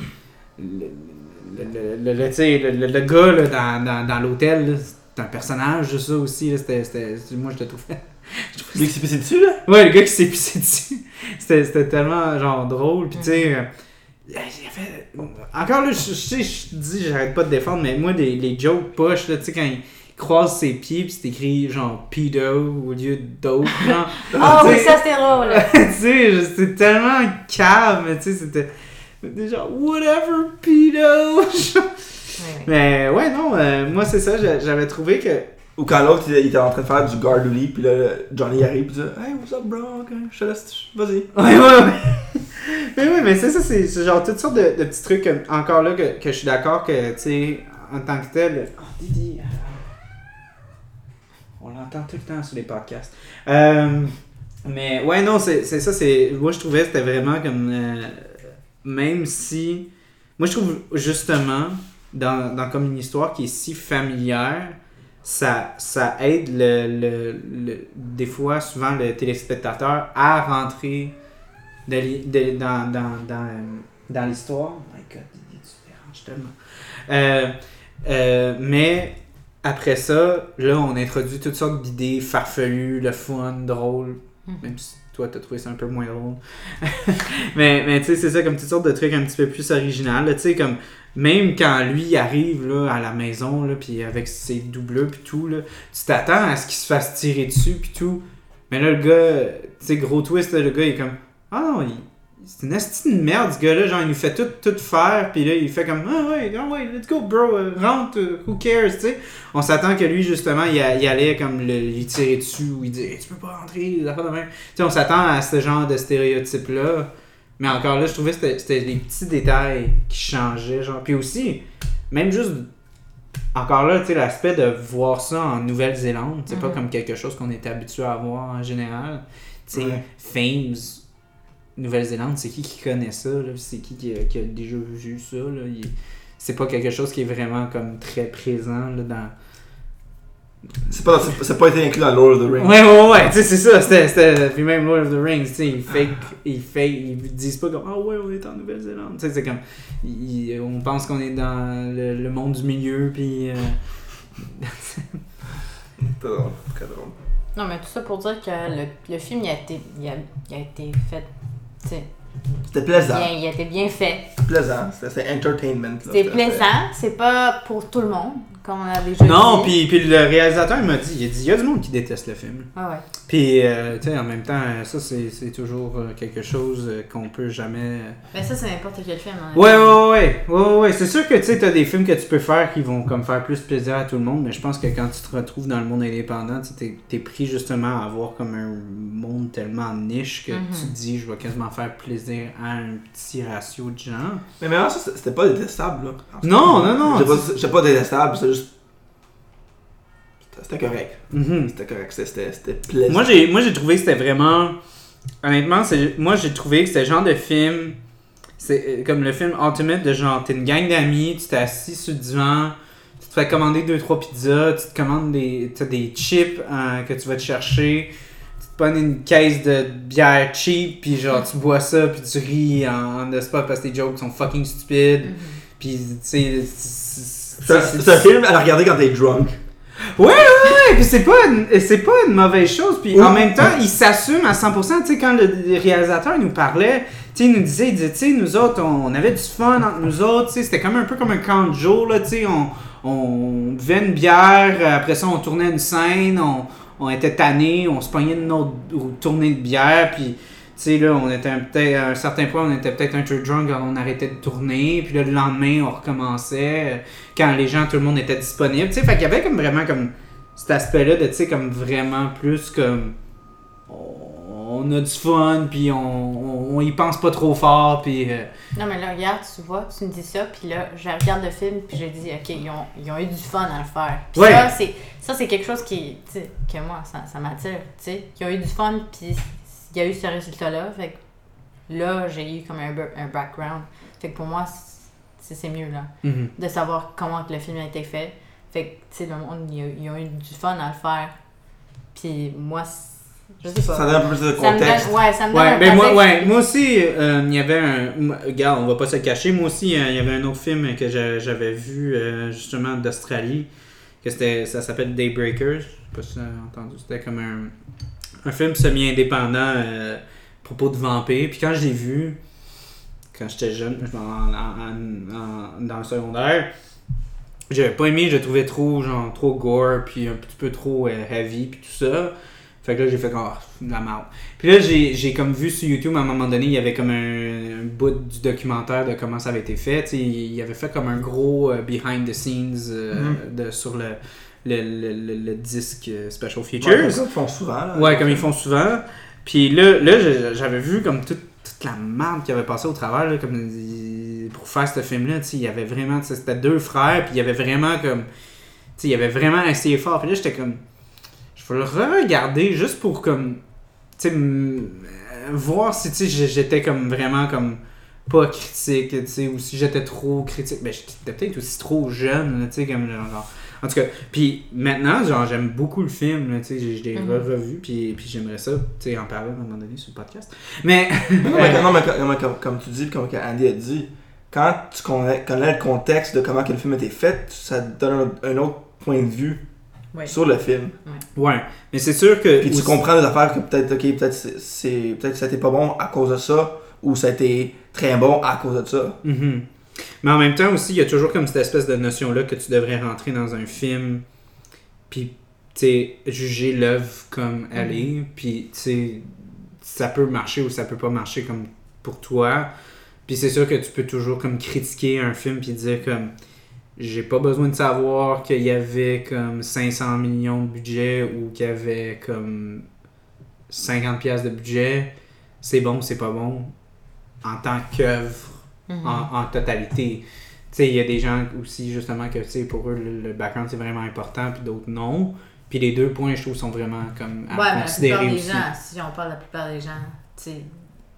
le, le, le, le, le, le, tu sais, le, le, le gars là, dans, dans, dans l'hôtel, là, c'est un personnage de ça aussi, là, c'était, c'était, moi je le trouve. je trouve
Lui qui s'est pissé dessus, là?
ouais, le gars qui s'est pissé dessus, c'était, c'était tellement genre drôle, pis tu sais, euh, il y avait... encore là, je je sais, je dis, j'arrête pas de défendre, mais moi, les, les jokes poches, là, tu sais, quand il croise ses pieds, pis c'est écrit genre pedo au lieu de dope, genre.
Ah
Tu
oui,
sais,
ça c'était drôle.
tu sais, je- c'était tellement calme, mais tu sais, c'était c'était genre whatever, pedo.
Ouais, ouais.
Mais ouais, non, euh, moi c'est ça, j'a- j'avais trouvé que.
Ou quand l'autre il il était en train de faire du guard du lit, puis là Johnny arrive et dit hey, what's up, bro? Ok, je te laisse, vas-y.
Ouais, ouais, ouais. Mais oui, mais c'est ça, c'est c'est genre toutes sortes de, de petits trucs, comme, encore là, que, que je suis d'accord que, tu sais, en tant que tel. Oh, Didi. euh, On l'entend tout le temps sur les podcasts. Euh, mais ouais, non, c'est c'est ça, c'est. Moi je trouvais que c'était vraiment comme. euh, même si. Moi je trouve justement, dans, dans comme une histoire qui est si familière, ça, ça aide le, le, le- des fois, souvent, le téléspectateur à rentrer de l'hi- de- dans, dans, dans, euh, dans l'histoire. Oh my god, Didi, tu te déranges tellement. Euh, euh, mais après ça, là, on introduit toutes sortes d'idées farfelues, le fun, drôle,
Mhm.
même si toi, t'as trouvé ça un peu moins drôle. mais mais tu sais, c'est ça, comme toutes sortes de trucs un petit peu plus original. Tu sais, comme même quand lui il arrive là, à la maison, là, puis avec ses doubleurs puis tout, là, tu t'attends à ce qu'il se fasse tirer dessus puis tout. Mais là, le gars, tu sais, gros twist, là, le gars, il est comme ah non, il- c'est une esti de merde, ce gars-là. Genre, il nous fait tout, tout faire, puis là, il fait comme ah ouais, ah ouais, let's go, bro, euh, rentre, euh, who cares, tu sais. On s'attend que lui, justement, il, a- il allait comme le, lui tirer dessus, ou il dit tu peux pas rentrer, des affaires de même. Tu sais, on s'attend à ce genre de stéréotype-là. Mais encore là, je trouvais que c'était, c'était les petits détails qui changeaient, genre. Puis aussi, même juste. Encore là, tu sais, l'aspect de voir ça en Nouvelle-Zélande, c'est pas
Mhm.
comme quelque chose qu'on était habitué à voir en général. Tu sais,
Ouais.
Fames Nouvelle-Zélande, c'est qui qui connaît ça, là? C'est qui qui a, qui a déjà vu ça, là? Il, c'est pas quelque chose qui est vraiment comme très présent là, dans...
C'est pas, c'est, c'est pas été inclus dans Lord of the Rings.
Ouais, ouais, ouais, tu sais, c'est ça, c'était, c'était... Puis même Lord of the Rings, tu sais, ils fake, ils fake, ils disent pas comme « Ah oh, ouais, on est en Nouvelle-Zélande », tu sais, c'est comme... Ils, on pense qu'on est dans le, le monde du milieu, puis... Euh...
C'est drôle, très drôle.
Non, mais tout ça pour dire que le, le film, il a été, il a, il a été fait, tu sais...
C'était plaisant.
Bien, il a été bien fait.
C'était plaisant, c'était, c'était entertainment. Là,
c'était plaisant, c'est pas pour tout le monde, comme on a déjà
non,
dit.
puis puis le réalisateur il m'a dit, il a dit, il y a du monde qui déteste le film.
Ah ouais.
Puis, euh, tu sais, en même temps, ça c'est, c'est toujours quelque chose qu'on peut jamais...
Mais ça, c'est n'importe quel film. Hein,
ouais, ouais, ouais, ouais, ouais, c'est sûr que tu sais, t'as des films que tu peux faire qui vont comme faire plus plaisir à tout le monde, mais je pense que quand tu te retrouves dans le monde indépendant, tu t'es, t'es pris justement à avoir comme un monde tellement niche que
Mm-hmm.
tu te dis, je vais quasiment faire plaisir à un petit ratio de gens.
Mais maintenant, ça, c'était pas détestable, là.
Non, non, non.
C'était pas, c'était pas détestable, c'était juste... C'était correct.
Mm-hmm.
C'était correct, c'était, c'était, c'était plaisant.
Moi j'ai, moi, j'ai trouvé que c'était vraiment... Honnêtement, c'est, moi, j'ai trouvé que c'était le genre de film... C'est comme le film Ultimate de genre, t'es une gang d'amis, tu t'es assis sur le divan, tu te fais commander deux trois pizzas, tu te commandes des, t'as des chips euh, que tu vas te chercher, tu te prends une caisse de bière cheap, puis genre, tu bois ça, puis tu ris en, en spot parce que tes jokes sont fucking stupides.
Mm-hmm.
Puis, tu sais...
C'est, c'est, c'est un film à regarder quand t'es drunk.
Ouais, ouais, ouais, puis c'est pas une, c'est pas une mauvaise chose, puis
Ouh.
en même temps, il s'assume à cent pour cent, tu sais, quand le, le réalisateur nous parlait, tu sais, il nous disait, il disait, tu sais, nous autres, on, on avait du fun entre nous autres, tu sais, c'était comme un peu comme un camp de jour, là, tu sais, on, on buvait une bière, après ça, on tournait une scène, on, on était tannés, on se pognait une autre tournée de bière, puis... Tu sais, là, on était un, peut-être, à un certain point, on était peut-être un peu drunk quand on arrêtait de tourner. Puis là, le lendemain, on recommençait. Quand les gens, tout le monde était disponible. Tu sais, fait qu'il y avait comme vraiment comme cet aspect-là de, tu sais, comme vraiment plus comme... On a du fun, puis on, on, on y pense pas trop fort, puis... Euh...
Non, mais là, regarde, tu vois, tu me dis ça, puis là, je regarde le film, puis je dis, OK, ils ont, ils ont eu du fun à le faire. Puis
ouais.
ça, c'est, ça, c'est quelque chose qui, tu sais, que moi, ça, ça m'attire, tu sais. Ils ont eu du fun, puis... il y a eu ce résultat-là, fait que là, j'ai eu comme un, un background. Fait que pour moi, c'est, c'est mieux, là,
mm-hmm.
de savoir comment que le film a été fait. Fait que, tu sais, le monde, ils ont eu du fun à le faire. Puis moi, je sais pas.
Ça donne un peu plus de contexte.
Ça me donne, ouais, ça me donne
ouais,
un
ben
contexte.
Moi, ouais, moi aussi, euh, il y avait un... Regarde, on va pas se cacher, moi aussi, il y avait un autre film que j'avais vu, euh, justement, d'Australie, que c'était, ça s'appelle Daybreakers. Je sais pas si tu as entendu, c'était comme un... Un film semi-indépendant euh, à propos de vampires. Puis quand je l'ai vu, quand j'étais jeune, en, en, en, dans le secondaire, j'avais pas aimé, je le trouvais trop, genre, trop gore, puis un petit peu trop euh, heavy, puis tout ça. Fait que là, j'ai fait comme, oh, de la merde. Puis là, j'ai, j'ai comme vu sur YouTube, à un moment donné, il y avait comme un, un bout du documentaire de comment ça avait été fait. T'sais, il avait fait comme un gros uh, behind the scenes euh, mm-hmm. de, sur le... Le, le, le, le disque Special Features.
Ouais, comme ça, ils font souvent. Là,
ouais, comme ils font souvent. Puis là, là j'avais vu comme toute, toute la merde qui avait passé au travers, là, comme, pour faire ce film-là. Il y avait vraiment, c'était deux frères, puis il y avait vraiment comme... Il y avait vraiment essayé fort. Puis là, j'étais comme... Je vais le re-regarder juste pour comme... Tu sais, m- voir si j'étais comme vraiment comme... pas critique, tu sais, ou si j'étais trop critique. Ben, j'étais peut-être aussi trop jeune, tu sais, comme genre... En tout cas, puis maintenant, genre, j'aime beaucoup le film, tu sais, je l'ai mm-hmm. revu, puis, puis j'aimerais ça, tu sais, en parler à un moment donné sur le podcast. Mais...
non, mais, non, mais comme, comme, comme tu dis, comme Andy a dit, quand tu connais, connais le contexte de comment que le film a été fait, ça te donne un, un autre point de vue ouais. sur le film.
Ouais. ouais, mais c'est sûr que...
Puis tu aussi... comprends des affaires que peut-être, ok, peut-être, c'est, c'est, peut-être que ça a été pas bon à cause de ça, ou ça a été très bon à cause de ça.
Mm-hmm. Mais en même temps aussi, il y a toujours comme cette espèce de notion-là que tu devrais rentrer dans un film, puis, tu sais, juger l'œuvre comme elle est, puis, tu sais, ça peut marcher ou ça peut pas marcher comme pour toi. Puis c'est sûr que tu peux toujours comme critiquer un film puis dire comme, j'ai pas besoin de savoir qu'il y avait comme cinq cents millions de budget ou qu'il y avait comme cinquante piastres de budget. C'est bon, c'est pas bon en tant qu'œuvre. Mm-hmm. En, en totalité. Tu sais, il y a des gens aussi, justement, que, tu sais, pour eux, le, le background, c'est vraiment important, puis d'autres, non. Puis les deux points, je trouve, sont vraiment, comme, à
ouais,
considérer
mais la plupart
aussi.
des gens, si on parle de la plupart des gens, tu sais,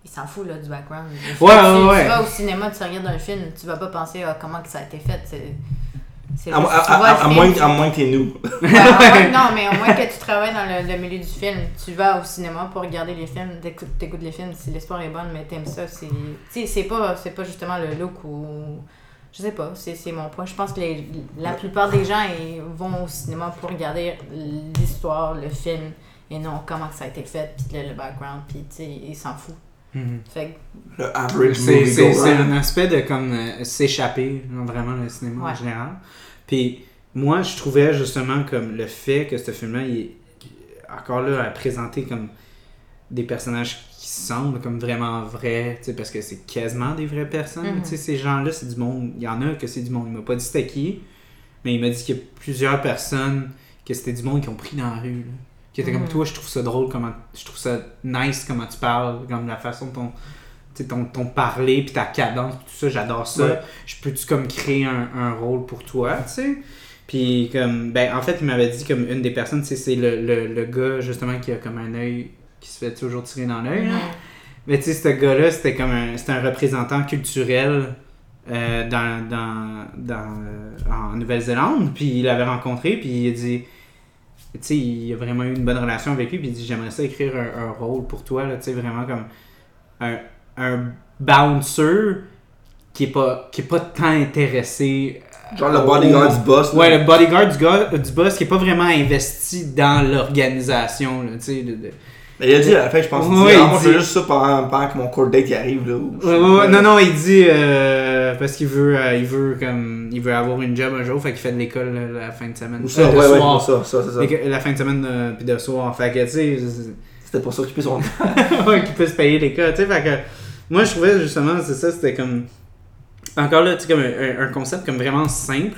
il s'en fout là, du background.
Ouais, ouais,
tu,
ouais.
tu vas au cinéma, tu regardes un film, tu vas pas penser à comment que ça a été fait. C'est, c'est
À,
juste,
à,
tu
à,
vois
à,
le
moins,
film,
à moins que t'es nous.
Ouais, à moins- non, mais au moins que tu travailles dans le, le milieu du film, tu vas au cinéma pour regarder les films, t'écoutes, t'écoutes les films, si l'histoire est bonne, mais t'aimes ça, c'est... Tu sais, c'est pas, c'est pas justement le look ou... Je sais pas, c'est, c'est mon point. Je pense que les, la plupart des gens ils vont au cinéma pour regarder l'histoire, le film, et non comment que ça a été fait, puis le, le background, puis tu sais, ils s'en foutent.
Mm-hmm.
Fait que...
Le average
C'est,
movie
c'est,
goer.
c'est un aspect de comme euh, s'échapper dans vraiment le cinéma
Ouais.
en général. Puis moi, je trouvais justement comme le fait que ce film-là, il est encore là à présenter comme des personnages qui semblent comme vraiment vrais, tu sais, parce que c'est quasiment des vraies personnes.
Mm-hmm.
Tu sais, ces gens-là, c'est du monde. Il y en a que c'est du monde. Il m'a pas dit c'était qui, mais il m'a dit qu'il y a plusieurs personnes que c'était du monde qui ont pris dans la rue. Là. Qui étaient comme
Mm-hmm.
toi, je trouve ça drôle, comment, je trouve ça nice comment tu parles, comme la façon dont ton, tu sais, ton, ton parler, puis ta cadence, puis tout ça, j'adore ça.
Ouais.
Je peux-tu comme créer un, un rôle pour toi, tu sais? Puis comme, ben en fait, il m'avait dit comme une des personnes, tu sais, c'est le, le, le gars justement qui a comme un œil, qui se fait toujours tirer dans l'œil. là. Mais tu sais, ce gars-là, c'était comme un, c'était un représentant culturel euh, dans, dans, dans, euh, en Nouvelle-Zélande. Puis il l'avait rencontré, puis il a dit, tu sais, il a vraiment eu une bonne relation avec lui, puis il dit, j'aimerais ça écrire un, un rôle pour toi, là, tu sais, vraiment comme un, un bouncer qui est pas, qui est pas tant intéressé.
Genre le bodyguard du boss. là.
Ouais, le bodyguard du, gars, du boss qui est pas vraiment investi dans l'organisation, là, tu sais, de, de...
Mais il a dit à la fin, je pense, il dit,
Ouais,
ah,
il
moi je
dit-
fais juste ça pendant, pendant que mon court date il arrive là. ou-
Ouais, ouais, ouais. Non, non, il dit euh, parce qu'il veut, euh, il veut comme, il veut avoir une job un jour, fait qu'il fait de l'école euh, la fin de semaine,
Ou ça,
Euh, de
ouais, ouais,
soir.
ça, ça, c'est ça.
L'éco- la fin de semaine euh, puis de soir, fait que tu sais, c'est-
C'était pour s'occuper son
ouais, qu'il puisse payer l'école, tu sais, fait que moi je trouvais justement c'est ça, c'était comme encore là, tu sais, comme un, un concept comme vraiment simple,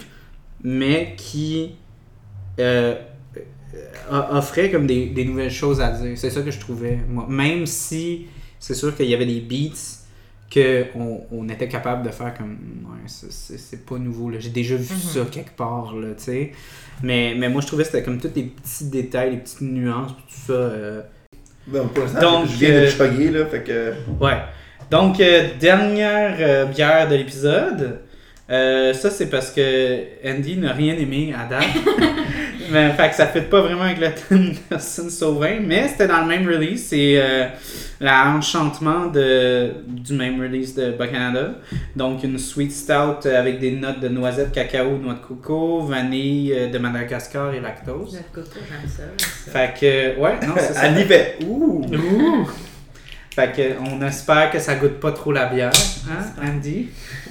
mais qui euh, euh, offrait comme des, des nouvelles choses à dire. C'est ça que je trouvais, moi. Même si c'est sûr qu'il y avait des beats qu'on on était capable de faire comme ouais, c'est, c'est, c'est pas nouveau, là. J'ai déjà vu
Mm-hmm.
ça quelque part, là, tu sais. Mais, mais moi je trouvais que c'était comme tous les petits détails, les petites nuances, puis tout ça. euh,
Donc, pour l'instant,
Donc,
je viens de
euh,
chugger là, fait que.
Ouais. Donc, euh, dernière euh, bière de l'épisode. Euh, ça, c'est parce que Andy n'a rien aimé à date. mais, fait que ça ne fit pas vraiment avec le thème de Nelson Sauvin. Mais c'était dans le même release. C'est euh, l'enchantement de, du même release de Bas-Canada. Donc, une sweet stout avec des notes de noisette, cacao, noix de coco, vanille euh, de Madagascar et lactose.
Le coco, j'aime ça. j'aime ça.
Fait que, ouais, non, c'est ça.
Annie fait ouh!
Ouh! Fait que on espère que ça goûte pas trop la bière, hein, Andy?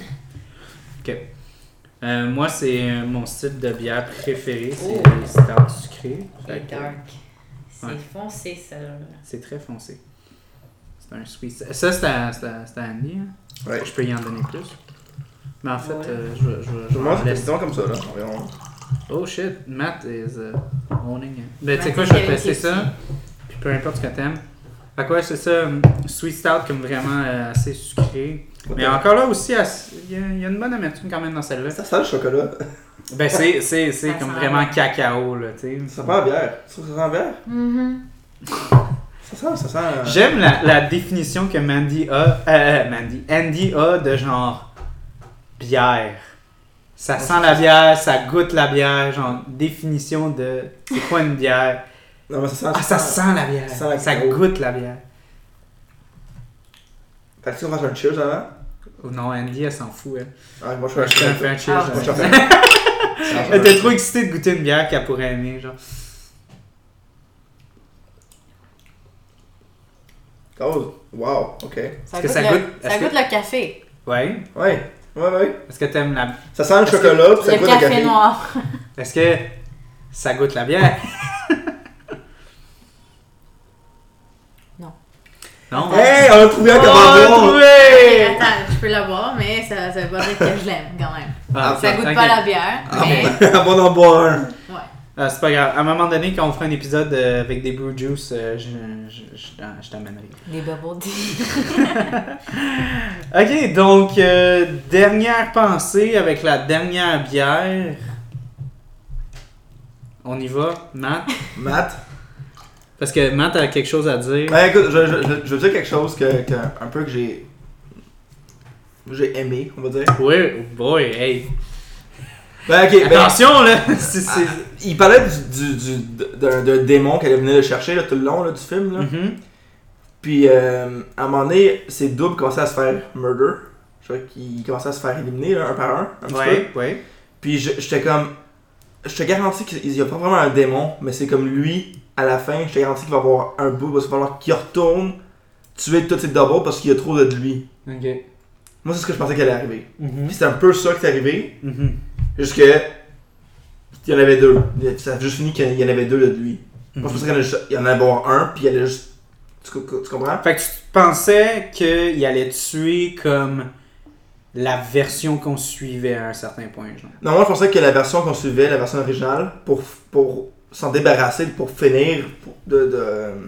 Ok. Euh, moi, c'est euh, mon style de bière préféré, c'est
Oh.
les stouts sucrés. Fait
C'est
que,
dark. C'est
Ouais.
foncé, ça. là.
c'est très foncé. C'est un sweet. Ça, c'est à, c'est à- c'est à Andy. Hein?
Ouais.
Je peux y en donner plus. Mais en fait,
Ouais.
euh, je, je, je,
Je mange
m'en
des
laisse.
questions comme ça là. environ.
Oh shit, Matt is uh, owning it. Ben, tu sais
Matt
quoi,
is
je vais
getting
tester ça.
tipsy.
Puis peu importe ce que t'aimes. Fait quoi, c'est ça, um, sweet stout comme vraiment euh, assez sucré. Mais encore là aussi, assez- il y, a- il y a une bonne amertume quand même dans celle-là.
Ça sent le chocolat.
Ben c'est, c'est, c'est
Ça
comme
sent
vraiment
la bière.
cacao, là, tu sais.
Ça sent la bière. Tu trouves que ça sent la bière?
Mhm.
Ça sent, ça sent. euh,
J'aime la, la définition que Mandy a, euh, Mandy, Andy a de genre bière. Ça sent la bière, ça goûte la bière, genre définition de c'est quoi une bière.
Non, mais ça sent.
Ah, ça sent la bière,
ça sent la
ça
cacao.
goûte la bière.
Fait que tu vas faire un cheers avant?
Oh non, Andy, elle s'en fout, elle.
Ah, moi je fais un
Je te
cheers.
fais un cheers.
Ah,
Moi je
elle.
fais un
Elle était trop excitée de goûter une bière qu'elle pourrait aimer, genre.
Oh, wow, ok.
Ça,
que
goûte,
ça
le,
goûte-
ça
est-ce
goûte
que-
le café.
Ouais.
Ouais, ouais, ouais.
Est-ce que t'aimes la...
Ça sent le
Est-ce que-
chocolat, puis ça
Le
goûte
café,
le café.
noir.
Est-ce que ça goûte la bière?
Non.
Non?
Hey, on a trouvé un
Oh,
commandant!
trouvé!
Attends, je peux l'avoir, mais ça, ça veut pas dire que je l'aime quand même.
Ah,
Ça goûte
ok.
pas la bière, mais
On va en boire un.
ouais.
Ah, c'est pas grave. À un moment donné, quand on fera un épisode euh, avec des brew juice, euh, je, je, je, t'en- je t'amènerai.
Des bubble tea.
Ok, donc, euh, dernière pensée avec la dernière bière. On y va, Matt?
Matt?
Parce que Matt, t'as quelque chose à dire.
Ben écoute, je, je, je, je veux dire quelque chose que, que un peu que j'ai j'ai aimé, on va dire.
Oui, boy, hey.
Ben ok, ben,
Attention là! c'est, c'est...
ah, il parlait du, du, du, d'un, d'un démon qu'elle venait le chercher là, tout le long là, du film. Là.
Mm-hmm.
Puis euh, à un moment donné, ses doubles commençaient à se faire murder. Je crois qu'ils commençaient à se faire éliminer là, un par un. un petit
Ouais,
peu.
ouais.
Puis je- j'étais comme. Je te garantis qu'il n'y a pas vraiment un démon, mais c'est comme lui, à la fin, je te garantis qu'il va avoir un bout, il va falloir qu'il retourne tuer tous ses doubles parce qu'il y a trop de lui.
Ok.
Moi, c'est ce que je pensais qu'elle allait arriver.
Mm-hmm.
Puis c'est un peu ça qui est arrivé,
Mm-hmm.
jusque. Il y en avait deux. Ça a juste fini qu'il y en avait deux là, de lui. Moi, je pensais qu'il y en allait juste- il y en allait avoir un, puis il allait juste. Tu, co- tu comprends?
Fait que tu pensais qu'il allait tuer comme la version qu'on suivait à un certain point, genre.
Non, moi, je pensais que la version qu'on suivait, la version originale, pour, pour s'en débarrasser, pour finir pour- de, de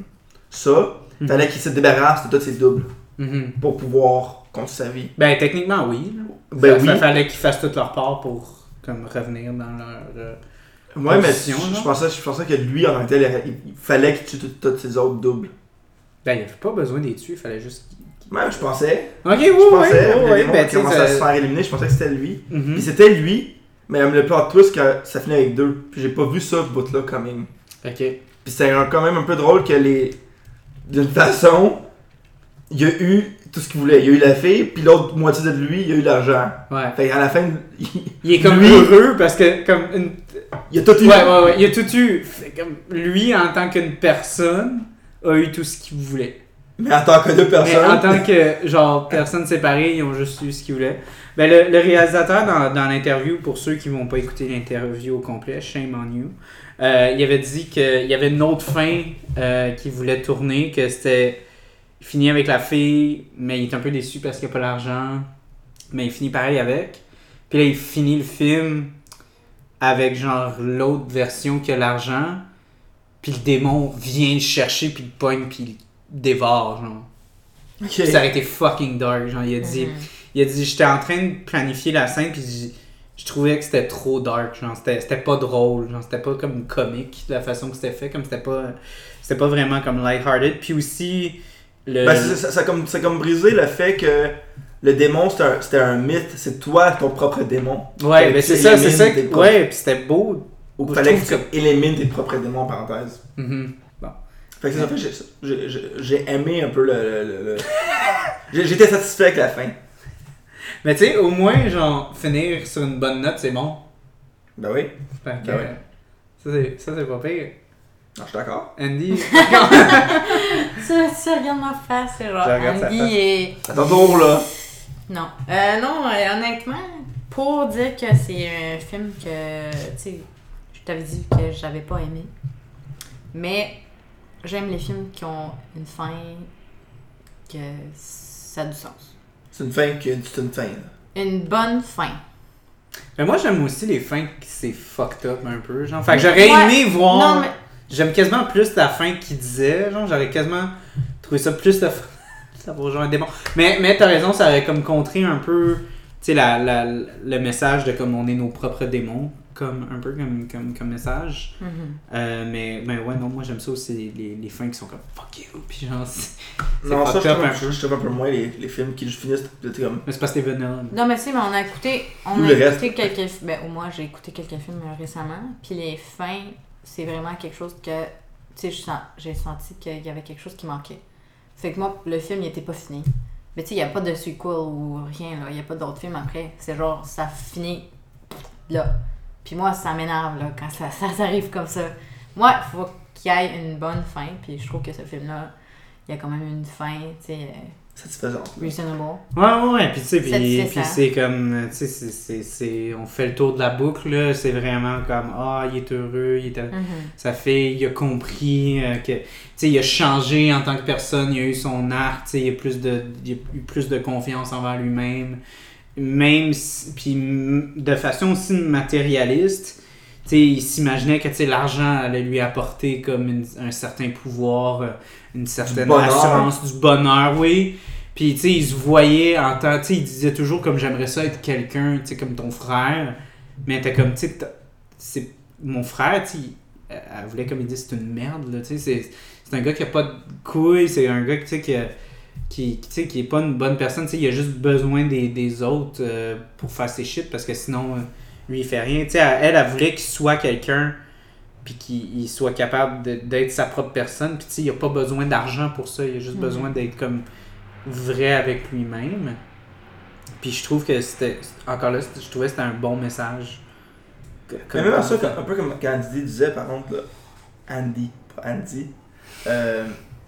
ça,
Mhm.
fallait qu'il se débarrasse de tous ses doubles
Mhm.
pour pouvoir continuer sa vie.
Ben, techniquement, oui. là.
Ben
Fa-
oui.
Fallait qu'ils fassent tout leur part pour comme revenir dans leur. euh,
Ouais, mais
position,
je, je
là.
pensais, je pensais que lui, en tant que tel, il, il fallait qu'il tue tout- tous ses autres doubles.
Ben, il n'y avait pas besoin de les tuer, il fallait juste. qu'ils-
Ouais, je pensais.
Ok, oui,
Je
oui,
pensais,
oui,
le
oui.
démon
Ben,
qui
tu sais,
commençait à se
ça-
faire éliminer, je pensais que c'était lui.
Mhm.
Puis c'était lui, mais le plot twist que ça finit avec deux. Puis j'ai pas vu ça, ce bout-là, quand même.
Ok.
Puis c'est un- quand même un peu drôle que les. D'une façon, il a eu tout ce qu'il voulait. Il a eu la fille, puis l'autre moitié de lui, il a eu l'argent.
Ouais.
Fait qu'à la fin, il,
Il est comme
Lui-
heureux parce que, comme une.
il a tout eu.
Ouais, ouais, ouais. Il a tout eu. Fait comme lui, en tant qu'une personne, a eu tout ce qu'il voulait.
Mais en tant que deux
Mais
personnes.
en tant que, genre, personnes séparées, ils ont juste eu ce qu'ils voulaient. Ben, le, le réalisateur, dans, dans l'interview, pour ceux qui vont pas écouter l'interview au complet, shame on you, euh, il avait dit qu'il y avait une autre fin euh, qu'il voulait tourner, que c'était. Il finit avec la fille, mais il est un peu déçu parce qu'il n'y a pas l'argent. Mais il finit pareil avec. Puis là, il finit le film avec, genre, l'autre version qui a l'argent. Puis le démon vient le chercher, puis le pogne, puis il dévore, genre.
Ok.
Puis ça aurait été fucking dark, genre, il a dit...
Mhm.
Il a dit, j'étais en train de planifier la scène, puis je, je trouvais que c'était trop dark, genre, c'était, c'était pas drôle, genre, c'était pas comme comique, la façon que c'était fait, comme c'était pas... C'était pas vraiment comme lighthearted, puis aussi... Le...
Ben, c'est, ça, ça, a comme, c'est comme brisé le fait que le démon c'était un, c'était un mythe, c'est toi ton propre démon.
Ouais,
Fallait
ben
que
c'est
tu
ça, c'est
élimines
ça.
tes
que-
propres-
Ouais, puis c'était beau.
Ou
Je
fallait que
trouve
tu élimines tes propres démons en parenthèse.
Mhm.
Fait que c'est ça, fait que j'ai, j'ai, j'ai, j'ai aimé un peu le. le, le, le- j'ai, j'étais satisfait avec la fin.
Mais tu sais, au moins, genre, finir sur une bonne note, c'est bon.
Ben oui,
Fait que,
Ben ouais.
ça, c'est, ça, c'est pas pire.
non, je suis d'accord.
Andy,
Tu, tu regardes ma face, c'est genre.
Je regarde sa
Andy
face.
et.
À ton tour là.
Non. Euh, non, euh, honnêtement, pour dire que c'est un film que, tu sais, je t'avais dit que j'avais pas aimé. Mais j'aime les films qui ont une fin que ça a du sens.
C'est une fin que c'est une fin. là.
Une bonne fin.
mais moi, j'aime aussi les fins qui c'est fucked up un peu. Genre, fait que j'aurais
Ouais.
aimé voir.
Non, mais.
J'aime quasiment plus la fin qu'il disait. Genre, j'aurais quasiment trouvé ça plus de. Ça vaut genre un démon. Mais, mais t'as raison, ça aurait comme contré un peu. Tu sais, la, la, le message de comme on est nos propres démons. Comme, un peu comme, comme, comme message.
Mhm.
Euh, mais, mais ouais, non, moi j'aime ça aussi, les, les, les fins qui sont comme fuck you. Puis genre, c'est, c'est
Non, ça
fucked
je
up
trouve,
un peu.
je trouve un peu moins les, les films qui finissent de comme.
Mais c'est parce que t'es vanilla.
Non, mais si, mais on a écouté, on
Tout
a
le
écouté
reste.
quelques ben au moins j'ai écouté quelques films euh, récemment, puis les fins, c'est vraiment quelque chose que, tu sais, je sens- j'ai senti qu'il y avait quelque chose qui manquait. Fait que moi, le film, il était pas fini. Mais tu sais, il n'y a pas de sequel ou rien, là, il n'y a pas d'autres films après. C'est genre, ça finit là. Puis moi, ça m'énerve, là, quand ça, ça, ça arrive comme ça. Moi, il faut qu'il y ait une bonne fin, puis je trouve que ce film-là, il y a quand même une fin, tu sais, euh,
Satisfaisante.
reasonable.
Ouais, ouais, ouais. Puis tu sais, puis,
Satisfaisant.
puis c'est comme, tu sais, c'est, c'est, c'est, on fait le tour de la boucle, là. C'est vraiment comme, ah, il est heureux, il est.
Mhm.
Sa fille, il a compris euh, que, tu sais, il a changé en tant que personne, il a eu son arc, tu sais, il a plus de, il a eu plus de confiance envers lui-même. Même si, puis m- de façon aussi matérialiste, tu sais, il s'imaginait que, tu sais, l'argent allait lui apporter comme une- un certain pouvoir, euh, une certaine
bonheur.
assurance, du bonheur, oui. Puis, tu sais, il se voyait en tant, tu sais, il disait toujours comme j'aimerais ça être quelqu'un, tu sais, comme ton frère. Mais t'es comme, tu sais, t'as- c'est mon frère, tu sais, elle, elle voulait comme il dit, c'est une merde, là, tu sais, c'est, c'est un gars qui a pas de couilles, c'est un gars, tu sais, qui a, qui, tu sais, qui est pas une bonne personne, tu sais, il a juste besoin des, des autres euh, pour faire ses shit, parce que sinon, euh, lui, il fait rien, tu sais, elle, elle voulait qu'il soit quelqu'un, puis qu'il il soit capable de, d'être sa propre personne, puis tu sais, il a pas besoin d'argent pour ça, il a juste mm-hmm. besoin d'être comme vrai avec lui-même. Puis je trouve que c'était, encore là, je trouvais que c'était un bon message.
Mais même ça, un peu comme quand Andy disait, par contre, là, Andy, pas Andy, euh,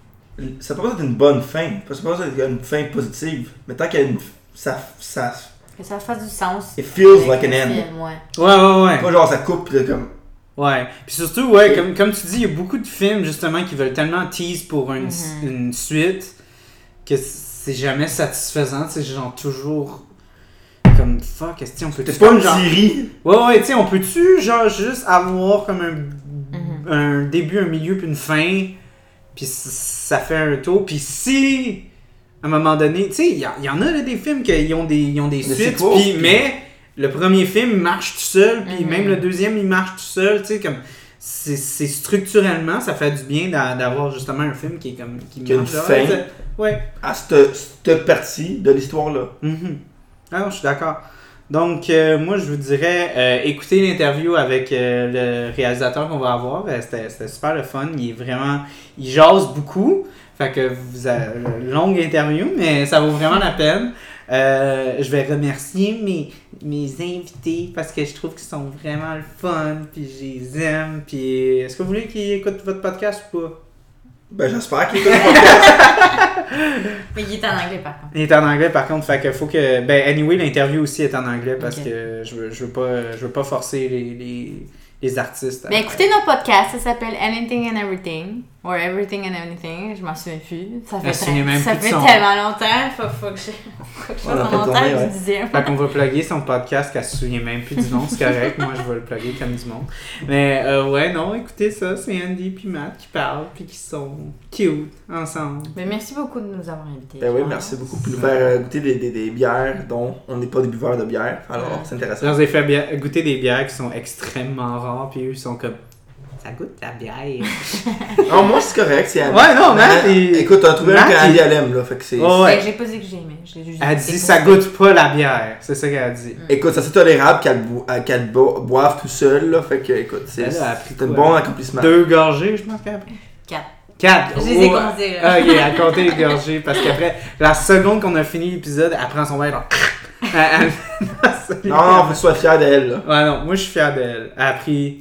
ça peut pas être une bonne fin, ça peut pas être une fin positive, mais tant qu'il y a une... ça... ça
que ça fasse du sens.
It feels like an end.
Film, ouais.
ouais, ouais, ouais.
Pas genre ça coupe, pis comme...
Ouais, puis surtout, ouais, comme, comme tu dis, il y a beaucoup de films, justement, qui veulent tellement tease pour une, mm-hmm. une suite, que c'est jamais satisfaisant, tu sais, genre toujours... Comme fuck, est-ce que on peut
C'est pas une série.
Ouais ouais, tu sais, on peut-tu genre juste avoir comme un, mm-hmm. un début, un milieu puis une fin, puis ça fait un tour, puis si à un moment donné, tu sais, il y, y en a là, des films qui ont des ils ont des Le suites, puis mais le premier film marche tout seul, puis mm-hmm. même le deuxième il marche tout seul, tu sais comme c'est, c'est structurellement ça fait du bien d'a, d'avoir justement un film qui est comme qui,
qui marche, a une fin. Ouais.
ouais.
À cette, cette partie de l'histoire là.
Mm-hmm. Ah non, je suis d'accord. Donc, euh, moi, je vous dirais, euh, écoutez l'interview avec euh, le réalisateur qu'on va avoir. Euh, c'était, c'était super le fun. Il est vraiment... Il jase beaucoup. Fait que vous avez une longue interview, mais ça vaut vraiment la peine. Euh, je vais remercier mes, mes invités parce que je trouve qu'ils sont vraiment le fun. Puis je les aime. Puis est-ce que vous voulez qu'ils écoutent votre podcast ou pas?
Ben, j'espère qu'il écoute le podcast.
Mais il est en anglais par contre.
Il est en anglais par contre, fait que faut que. Ben, anyway, l'interview aussi est en anglais parce okay. que je veux, je veux pas, je veux pas forcer les, les, les artistes. À...
Ben, écoutez notre podcast, ça s'appelle Anything and Everything. Or Everything and Anything, je m'en souviens plus. Ça fait, très, même ça fait son... tellement longtemps, faut, faut que je, faut que je fasse mon montage ouais. du dixième.
Fait qu'on va plugger son podcast qu'elle se souvient même plus du nom, c'est correct, moi je vais le plugger comme du monde. Mais euh, ouais, non, écoutez ça, c'est Andy puis Matt qui parlent puis qui sont cute ensemble.
Mais merci beaucoup de nous avoir invités.
Ben oui, merci beaucoup pour nous faire goûter des, des, des bières dont on n'est pas des buveurs de bière, alors ouais. c'est intéressant.
Je vous ai fait bi- goûter des bières qui sont extrêmement rares puis eux sont comme... Ça goûte la bière.
Non, moi c'est correct, c'est Andy.
Ouais, non, Matt.
Et... Écoute, t'as trouvé Matt un qu'Andy elle aime, là, fait que c'est.
Oh, ouais. J'ai pas dit que j'aimais. J'ai juste
elle dit ça goûte pas la bière. C'est ça qu'elle a dit.
Mm. Écoute, ça c'est tolérable qu'elle, bo- qu'elle bo- boive tout seul, là, fait que, écoute, c'est, elle a c'est un bon accomplissement.
Deux gorgées, je pense qu'elle a pris.
Quatre.
Quatre.
Je les ai comptés, là.
Ah, ok, elle a compté les gorgées parce qu'après, la seconde qu'on a fini l'épisode, elle prend son verre, genre. elle, elle...
non, non, faut que tu sois fier d'elle, là.
Ouais, non, moi je suis fier d'elle. Elle a pris.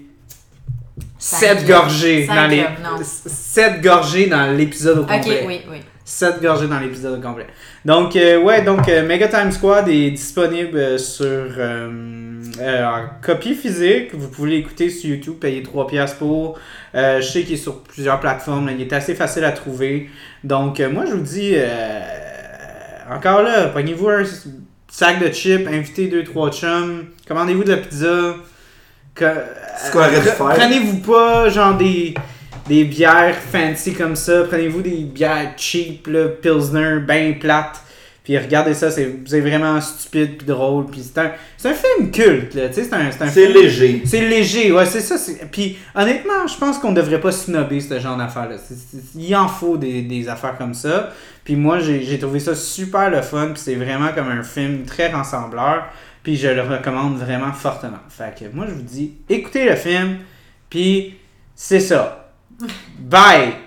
Sept gorgées dans les sept gorgées dans l'épisode au complet.
Ok, oui, oui.
Sept gorgées dans l'épisode au complet. Donc euh, ouais, donc euh, Mega Time Squad est disponible euh, sur euh, euh, en copie physique. Vous pouvez l'écouter sur YouTube, payer trois piastres pour. Euh, je sais qu'il est sur plusieurs plateformes. Là, il est assez facile à trouver. Donc euh, moi je vous dis euh, encore là, prenez-vous un sac de chips, invitez deux trois chums, commandez-vous de la pizza. Que,
c'est quoi arrête de faire?
Prenez-vous pas genre des, des bières fancy comme ça, prenez-vous des bières cheap, là, pilsner, ben plates, puis regardez ça, c'est, c'est vraiment stupide puis drôle, puis c'est un, c'est un film culte, là, tu sais, c'est un, c'est un
c'est
film,
léger.
C'est léger, ouais, c'est ça, c'est, puis honnêtement, je pense qu'on devrait pas snobber ce genre d'affaires-là, c'est, c'est, il en faut des, des affaires comme ça, puis moi, j'ai, j'ai trouvé ça super le fun, puis c'est vraiment comme un film très rassembleur. Puis je le recommande vraiment fortement. Fait que moi, je vous dis, écoutez le film, puis c'est ça. Bye!